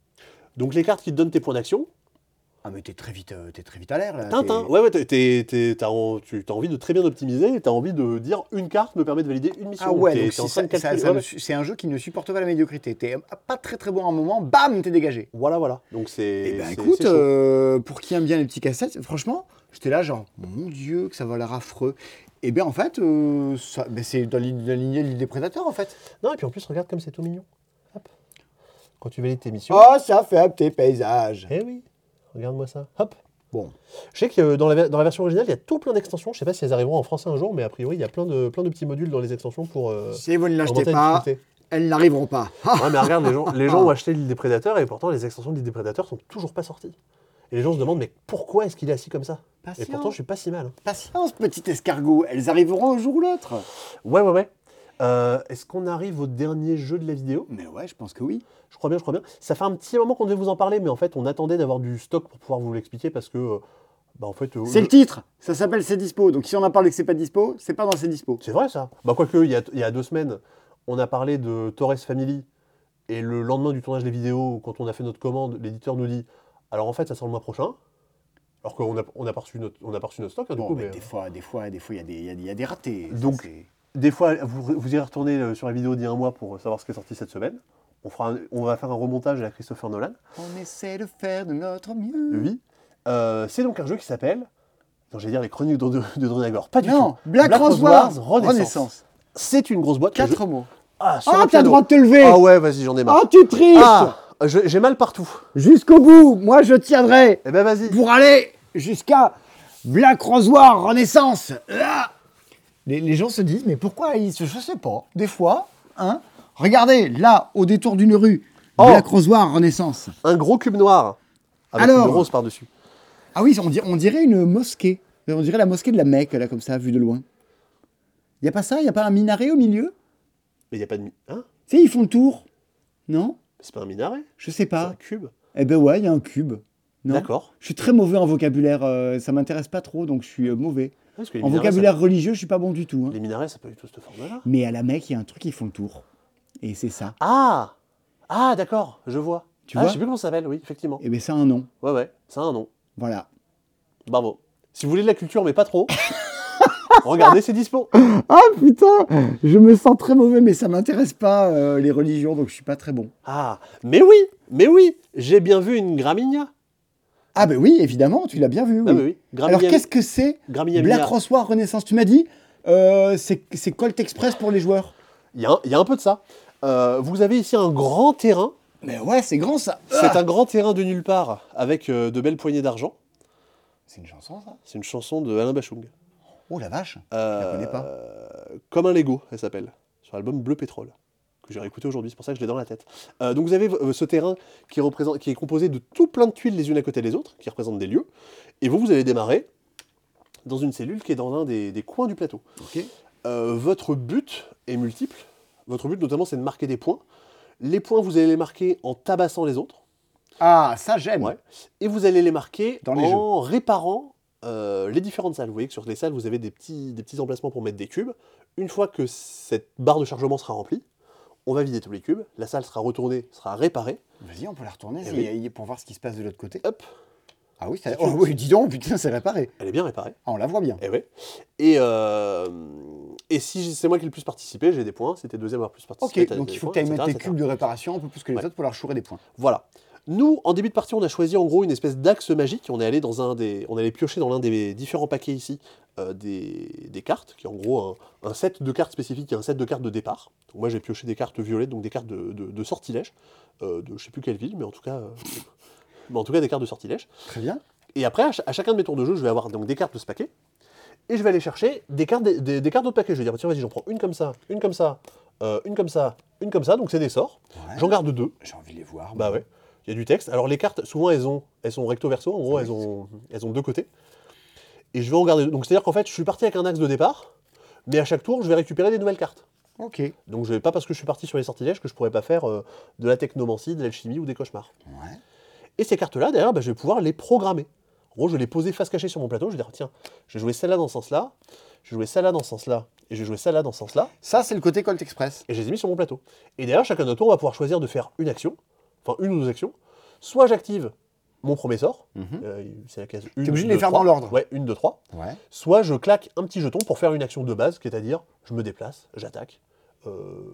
Donc les cartes qui te donnent tes points d'action, Ah mais t'es très vite, euh, t'es très vite à l'air là. Tintin, t'es- ouais, ouais, t'es- t'es- t'es- t'as en- tu as envie de très bien optimiser, et t'as envie de dire une carte me permet de valider une mission. Ah ouais, t'es, donc t'es en c'est train de ça- ça- calculer. ça ouais, ne ouais. su- c'est un jeu qui ne supporte pas la médiocrité. T'es pas très très bon à un moment, bam, t'es dégagé. Voilà, voilà. Donc c'est. Eh ben c'est- écoute, c'est chaud. euh, pour qui aime bien les petits cassettes, franchement, j'étais là genre, mon Dieu, que ça va l'air affreux. Et bien en fait, euh, ça- ben, c'est dans l'idée la lignée de l'idée des prédateurs en fait. Non, et puis en plus, regarde comme c'est tout mignon. Hop. Quand tu valides tes missions. Oh, ça fait un petit paysage. Eh oui, regarde-moi ça. Hop. Bon, Je sais que euh, dans la, ver- dans la version originale, il y a tout plein d'extensions. Je sais pas si elles arriveront en français un jour, mais a priori, il y a plein de, plein de petits modules dans les extensions pour. Euh, si vous ne l'achetez augmenter la pas, difficulté. elles n'arriveront pas. Ouais, mais regarde, les gens, les gens ont acheté l'île des prédateurs et pourtant, les extensions de l'île des prédateurs sont toujours pas sorties. Et les gens se demandent, mais pourquoi est-ce qu'il est assis comme ça? Patience. Et pourtant, je suis pas si mal. hein. Patience, petit escargot, elles arriveront un jour ou l'autre. Ouais, ouais, ouais. Euh, est-ce qu'on arrive au dernier jeu de la vidéo? Mais ouais, je pense que oui. Je crois bien, je crois bien. Ça fait un petit moment qu'on devait vous en parler, mais en fait, on attendait d'avoir du stock pour pouvoir vous l'expliquer parce que, euh, bah, en fait, euh, C'est le titre, ça s'appelle C'est Dispo. Donc si on a parlé que c'est pas dispo, c'est pas dans C'est Dispo. c'est vrai ça. Bah, quoique, il y a, il y a deux semaines, on a parlé de Torres Family et le lendemain du tournage des vidéos, quand on a fait notre commande, l'éditeur nous dit alors en fait, ça sort le mois prochain. Alors qu'on a, on a pas reçu notre, on a pas reçu notre stock, hein, du Bon, coup. mais mais, des fois, des fois, des fois, il y a des, il y a des- il y a des ratés. Ça, Donc, c'est- Des fois, vous, vous irez retourner euh, sur la vidéo d'il y a un mois pour savoir ce qui est sorti cette semaine. On, fera un- on va faire un remontage à la Christopher Nolan. on essaie de faire de notre mieux. Oui. Euh, c'est donc un jeu qui s'appelle. Non, j'allais dire les Chroniques de, de, de Dronagor. Pas du Non, tout. Black, Rose Wars, Renaissance. Renaissance. C'est une grosse boîte. Quatre Je- mots. Ah, sur Ah, un t'as le piano. droit de te lever. Ah ouais, vas-y, j'en ai marre. Ah, tu triches. Ah, je- j'ai mal partout. Jusqu'au bout, moi je tiendrai Eh ben vas-y. pour aller jusqu'à Black Rose War Renaissance. Ah. Les, les gens se disent, mais pourquoi ils se... Je sais pas, des fois, hein. Regardez, là, au détour d'une rue, Oh. Black Rose War Renaissance. Un gros cube noir. Avec Alors. une rose par-dessus. Ah oui, on dirait, on dirait une mosquée. On dirait la mosquée de la Mecque, là, comme ça, vue de loin. Il y a pas ça? Il y a pas un minaret au milieu? Mais il n'y a pas de. mi- Hein? Tu sais, ils font le tour. Non? C'est pas un minaret? Je sais C'est pas. un cube. Eh ben ouais, il y a un cube. Non. D'accord. Je suis très mauvais en vocabulaire, euh, ça m'intéresse pas trop, donc je suis euh, mauvais. Parce que les En minarets, vocabulaire religieux, je suis pas bon du tout. ça- hein. Les minarets, ça peut être tout cette forme-là. Mais à la Mecque, il y a un truc, ils font le tour. Et c'est ça. Ah! Ah, d'accord, je vois. Tu ah, vois je sais plus comment ça s'appelle, oui, effectivement. Et bien ça a un nom. Ouais, ouais, ça a un nom. Voilà. Bravo. Si vous voulez de la culture, mais pas trop, regardez, c'est dispo. Ah putain, je me sens très mauvais, mais ça m'intéresse pas euh, les religions, donc je suis pas très bon. Ah, mais oui, mais oui, j'ai bien vu une Gramigna. Ah ben oui, évidemment, tu l'as bien vu. Oui. Ah, bah oui. Alors Gramigna- qu'est-ce que c'est Gramigna Black Mia. Rose War Renaissance? Tu m'as dit, euh, c'est c'est Colt Express pour les joueurs. Il y, a un- il y a un peu de ça. Euh, vous avez ici un grand terrain. Mais ouais, c'est grand ça. C'est Ah un grand terrain de nulle part avec euh, de belles poignées d'argent. C'est une chanson ça. C'est une chanson de Alain Bachung. Oh la vache. Euh, Je la connais pas. Comme un Lego, elle s'appelle. Sur l'album Bleu Pétrole, que j'ai réécouté aujourd'hui, c'est pour ça que je l'ai dans la tête. Euh, donc vous avez euh, ce terrain qui, représente, qui est composé de tout plein de tuiles les unes à côté des autres, qui représentent des lieux. Et vous, vous allez démarrer dans une cellule qui est dans un des, des coins du plateau. Ok. Euh, votre but est multiple. Votre but notamment, c'est de marquer des points. Les points, vous allez les marquer en tabassant les autres. Ah ça j'aime. Ouais. Et vous allez les marquer Dans les en réparant euh, les différentes salles. Vous voyez que sur les salles, vous avez des petits, des petits emplacements pour mettre des cubes. Une fois que cette barre de chargement sera remplie, on va vider tous les cubes. La salle sera retournée, sera réparée. Vas-y, on peut la retourner Eh si- oui. pour voir ce qui se passe de l'autre côté. Hop, Ah oui, ça... Si tu oh, veux. oui, dis donc, putain, c'est réparé. elle est bien réparée. Ah, on la voit bien. Et ouais. Et, euh, et si c'est moi qui ai le plus participé, j'ai des points. Si t'es deuxième à avoir plus participé, Ok, t'as donc des il faut points, que tu ailles mettre et cetera, tes et cetera. cubes de réparation un peu plus que les Ouais. autres pour leur chourer des points. Voilà. Nous, en début de partie, on a choisi en gros une espèce d'axe magique. On est allé dans un des, on est allé piocher dans l'un des différents paquets ici euh, des, des cartes, qui est en gros un, un set de cartes spécifiques et un set de cartes de départ. Donc moi, j'ai pioché des cartes violettes, donc des cartes de, de, de sortilège, euh, de je sais plus quelle ville, mais en tout cas, euh, mais en tout cas des cartes de sortilège. Très bien. Et après, à, ch- à chacun de mes tours de jeu, je vais avoir donc des cartes de ce paquet, et je vais aller chercher des cartes, des, des- des cartes d'autres paquets. Je vais dire tiens, vas-y, j'en prends une comme ça, une comme ça, euh, une comme ça, une comme ça. Donc c'est des sorts. Ouais. J'en garde deux. J'ai envie de les voir. Bah moi. ouais, il y a du texte. Alors les cartes, souvent elles ont, elles sont recto verso, en gros elles ont, elles ont deux côtés. et je vais en garder deux. Donc c'est-à-dire qu'en fait, je suis parti avec un axe de départ, mais à chaque tour, je vais récupérer des nouvelles cartes. Ok. Donc je vais pas parce que je suis parti sur les sortilèges que je pourrais pas faire euh, de la technomancie, de l'alchimie ou des cauchemars. Ouais. Et ces cartes-là, d'ailleurs, bah, je vais pouvoir les programmer. En gros, je vais les poser face cachée sur mon plateau. Je vais dire, tiens, je vais jouer celle-là dans ce sens-là, je vais jouer celle-là dans ce sens-là, et je vais jouer celle-là dans ce sens-là. Ça, c'est le côté Colt Express. Et je les ai mis sur mon plateau. Et d'ailleurs, chacun de notre tour, on va pouvoir choisir de faire une action, enfin une ou deux actions. Soit j'active mon premier sort, Mhm. euh, c'est la case une. T'es obligé de deux, les faire trois. dans l'ordre. Ouais, une, deux, trois. Ouais. Soit je claque un petit jeton pour faire une action de base, c'est-à-dire je me déplace, j'attaque. Euh,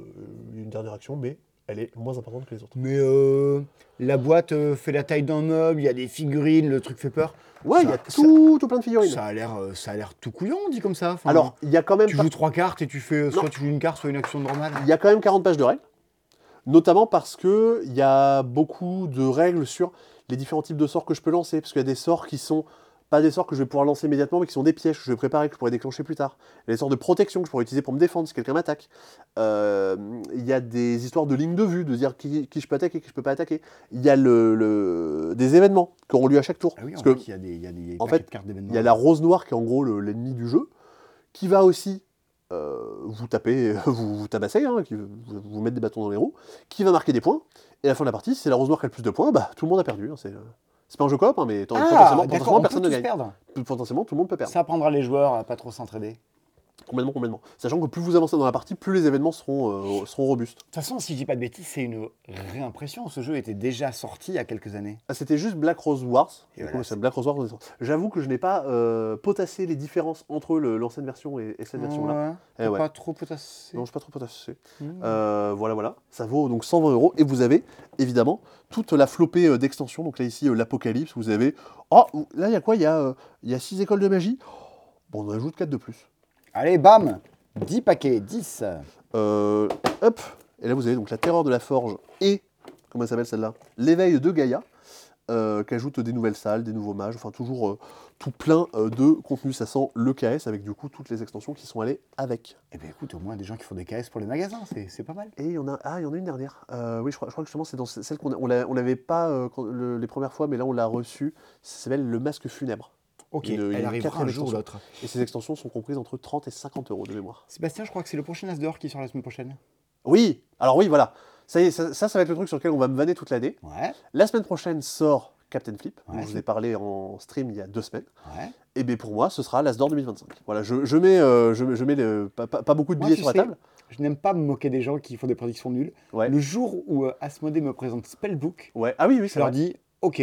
une dernière action, mais elle est moins importante que les autres. Mais euh, la boîte euh, fait la taille d'un meuble, il y a des figurines, le truc fait peur. Ouais, il y a Ça- tout, tout plein de figurines. Ça a l'air, euh, ça a l'air tout couillon, dit comme ça. Enfin, Alors, il y a quand même tu pas- joues trois cartes et tu fais euh, soit Non. tu joues une carte, soit une action normale. il y a quand même quarante pages de règles, notamment parce que il y a beaucoup de règles sur les différents types de sorts que je peux lancer, parce qu'il y a des sorts qui sont pas des sorts que je vais pouvoir lancer immédiatement, mais qui sont des pièges que je vais préparer, que je pourrais déclencher plus tard. Il y a des sorts de protection que je pourrais utiliser pour me défendre si quelqu'un m'attaque. Euh, il y a des histoires de ligne de vue, de dire qui, qui je peux attaquer, qui je peux pas attaquer. Il y a le, le- des événements qui auront lieu à chaque tour. Ah oui, on parce voit que qu'il y a des, il y a des en paquets fait, de cartes d'événements. il y a la rose noire qui est en gros le- l'ennemi du jeu, qui va aussi euh, vous taper, vous, vous tabasser, hein, qui vous, vous mettre des bâtons dans les roues, qui va marquer des points. Et à la fin de la partie, si c'est la rose noire qui a le plus de points, bah tout le monde a perdu. Hein, c'est, euh, c'est pas un jeu coop, hein, mais Ah, potentiellement, d'accord, potentiellement, on personne peut ne tous gagne. perdre. Potentiellement, tout le monde peut perdre. Ça apprendra les joueurs à pas trop s'entraider. Complètement, complètement. Sachant que plus vous avancez dans la partie, plus les événements seront, euh, seront robustes. De toute façon, si je dis pas de bêtises, c'est une réimpression. Ce jeu était déjà sorti il y a quelques années. Ah, c'était juste Black Rose Wars. Et Du coup, voilà, c'est Black Rose Wars. J'avoue que je n'ai pas euh, potassé les différences entre le- l'ancienne version et, et cette version-là. Ouais, Eh t'as ouais. pas trop potassé. Non, je ne pas trop potassé. Mmh. Euh, voilà, voilà. Ça vaut donc cent vingt euros. Et vous avez, évidemment, toute la flopée euh, d'extensions. Donc là, ici, euh, l'Apocalypse. Vous avez... Oh, là, il y a quoi? Il y a, euh, il y a six écoles de magie. Bon, on en ajoute quatre de plus. Allez, bam, dix paquets, dix. Euh, hop. Et là, vous avez donc la Terreur de la Forge et... Comment elle s'appelle celle-là? L'éveil de Gaïa. Euh, qui ajoute des nouvelles salles, des nouveaux mages. Enfin, toujours euh, tout plein euh, de contenu. Ça sent le K S avec, du coup, toutes les extensions qui sont allées avec. Eh bien, écoute, au moins des gens qui font des K S pour les magasins, c'est c'est pas mal. Et il y en a, ah, il y en a une dernière. Euh, oui, je crois, je crois que justement c'est dans ce- celle qu'on a- on l'a- on l'avait pas euh, quand- le- les premières fois, mais là on l'a reçue. Ça s'appelle le masque funèbre. Ok, Une- une elle arrivera quatrième un jour ou extension. l'autre. Et ces extensions sont comprises entre trente et cinquante euros de mémoire. Sébastien, je crois que c'est le prochain As d'or qui sort la semaine prochaine. Oui, alors oui, voilà. Ça, y est, ça, ça, ça va être le truc sur lequel on va me vanner toute l'année. Ouais, La semaine prochaine sort Captain Flip, dont Ouais, je vous c'est- ai parlé en stream il y a deux semaines. ouais. Et bien pour moi, ce sera l'As d'or deux mille vingt-cinq. Voilà, je, je mets, euh, je, je mets le- pas, pas- pas beaucoup de Moi, billets tu sur la sais, table. Je n'aime pas me moquer des gens qui font des prédictions nulles. Ouais. Le jour où euh, Asmodée me présente Spellbook, Ouais. Ah oui, oui, je c'est leur vrai. dis, ok,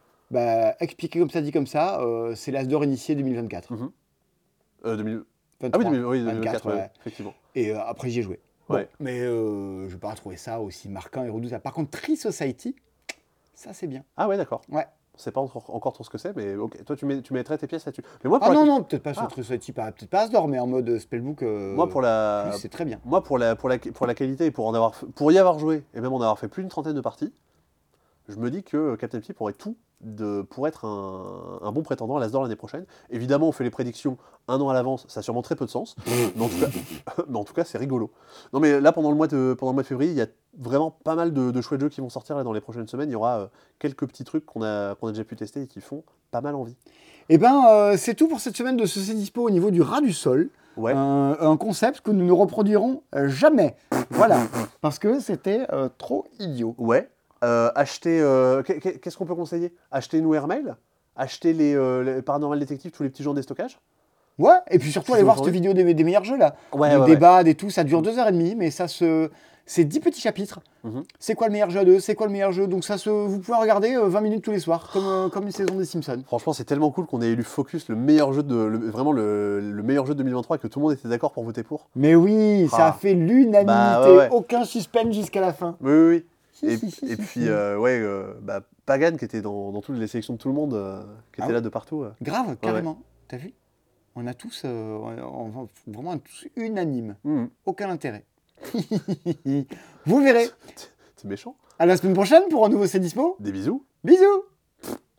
bah, expliqué comme ça, dit comme ça, euh, c'est l'As d'or initié deux mille vingt-quatre. Mhm. Euh, deux mille... Ah vingt-trois, oui, deux mille- oui, vingt-quatre, deux mille vingt-quatre, ouais, ouais. effectivement. Et euh, après, j'y ai joué. Bon, Ouais. mais euh, je n'ai pas trouvé ça aussi marquant et redoutable. Par contre, Tree Society, ça c'est bien. Ah ouais, d'accord. Ouais. On sait pas encore, encore trop ce que c'est, mais ok. Toi, tu, mets, tu mettrais tes pièces là-dessus. Mais moi, pour Ah la, non, non, peut-être pas sur Ah. Tree Society, pas- peut-être pas As-d'or, mais en mode Spellbook, euh, moi, pour la, plus, c'est très bien. moi, pour la, pour la, pour la qualité et pour en avoir, f- pour y avoir joué et même en avoir fait plus d'une trentaine de parties, je me dis que Captain Flip aurait tout de, pour être un, un bon prétendant à l'As d'or l'année prochaine. Évidemment, on fait les prédictions un an à l'avance, ça a sûrement très peu de sens, mais en tout cas, mais en tout cas, c'est rigolo. Non, mais là, pendant le mois de, pendant le mois de février, il y a vraiment pas mal de, de chouettes jeux qui vont sortir là, dans les prochaines semaines. Il y aura euh, quelques petits trucs qu'on a, qu'on a déjà pu tester et qui font pas mal envie. Eh ben, euh, c'est tout pour cette semaine de ce C'est Dispo au niveau du rat du sol. Ouais. Un, un concept que nous ne reproduirons euh, jamais. Voilà. Parce que c'était euh, trop idiot. Ouais. Euh, acheter. euh, qu'est- qu'est- Qu'est-ce qu'on peut conseiller? Acheter nous Airmail? Acheter les, euh, les Paranormal Detective, tous les petits gens des stockages? Ouais, et puis surtout Si aller vous voir en cette avez. vidéo des, des meilleurs jeux là. Ouais, des ouais, ouais. débats, des tout, ça dure deux heures et demie, mais ça se. C'est dix petits chapitres. Mhm. C'est quoi le meilleur jeu à deux? C'est quoi le meilleur jeu? Donc ça se. Vous pouvez regarder euh, vingt minutes tous les soirs, comme, euh, comme une saison des Simpsons. Franchement, c'est tellement cool qu'on ait élu Focus le meilleur jeu de le- vraiment le, le meilleur jeu de deux mille vingt-trois et que tout le monde était d'accord pour voter pour. Mais oui, ça a Ah. fait l'unanimité. Bah, ouais, ouais. Aucun suspense jusqu'à la fin. Oui, oui, oui. Si, Et, si, si, et si, puis, si. euh, ouais, euh, bah, Pagan qui était dans, dans toutes les sélections de tout le monde, euh, qui Ah était ouais. là de partout. euh. Grave, carrément. T'as vu? On a tous, euh, on- on- vraiment tous unanimes. Mhm. Aucun intérêt. Vous verrez. C'est méchant. À la semaine prochaine pour un nouveau C'est Dispo. Des bisous. Bisous.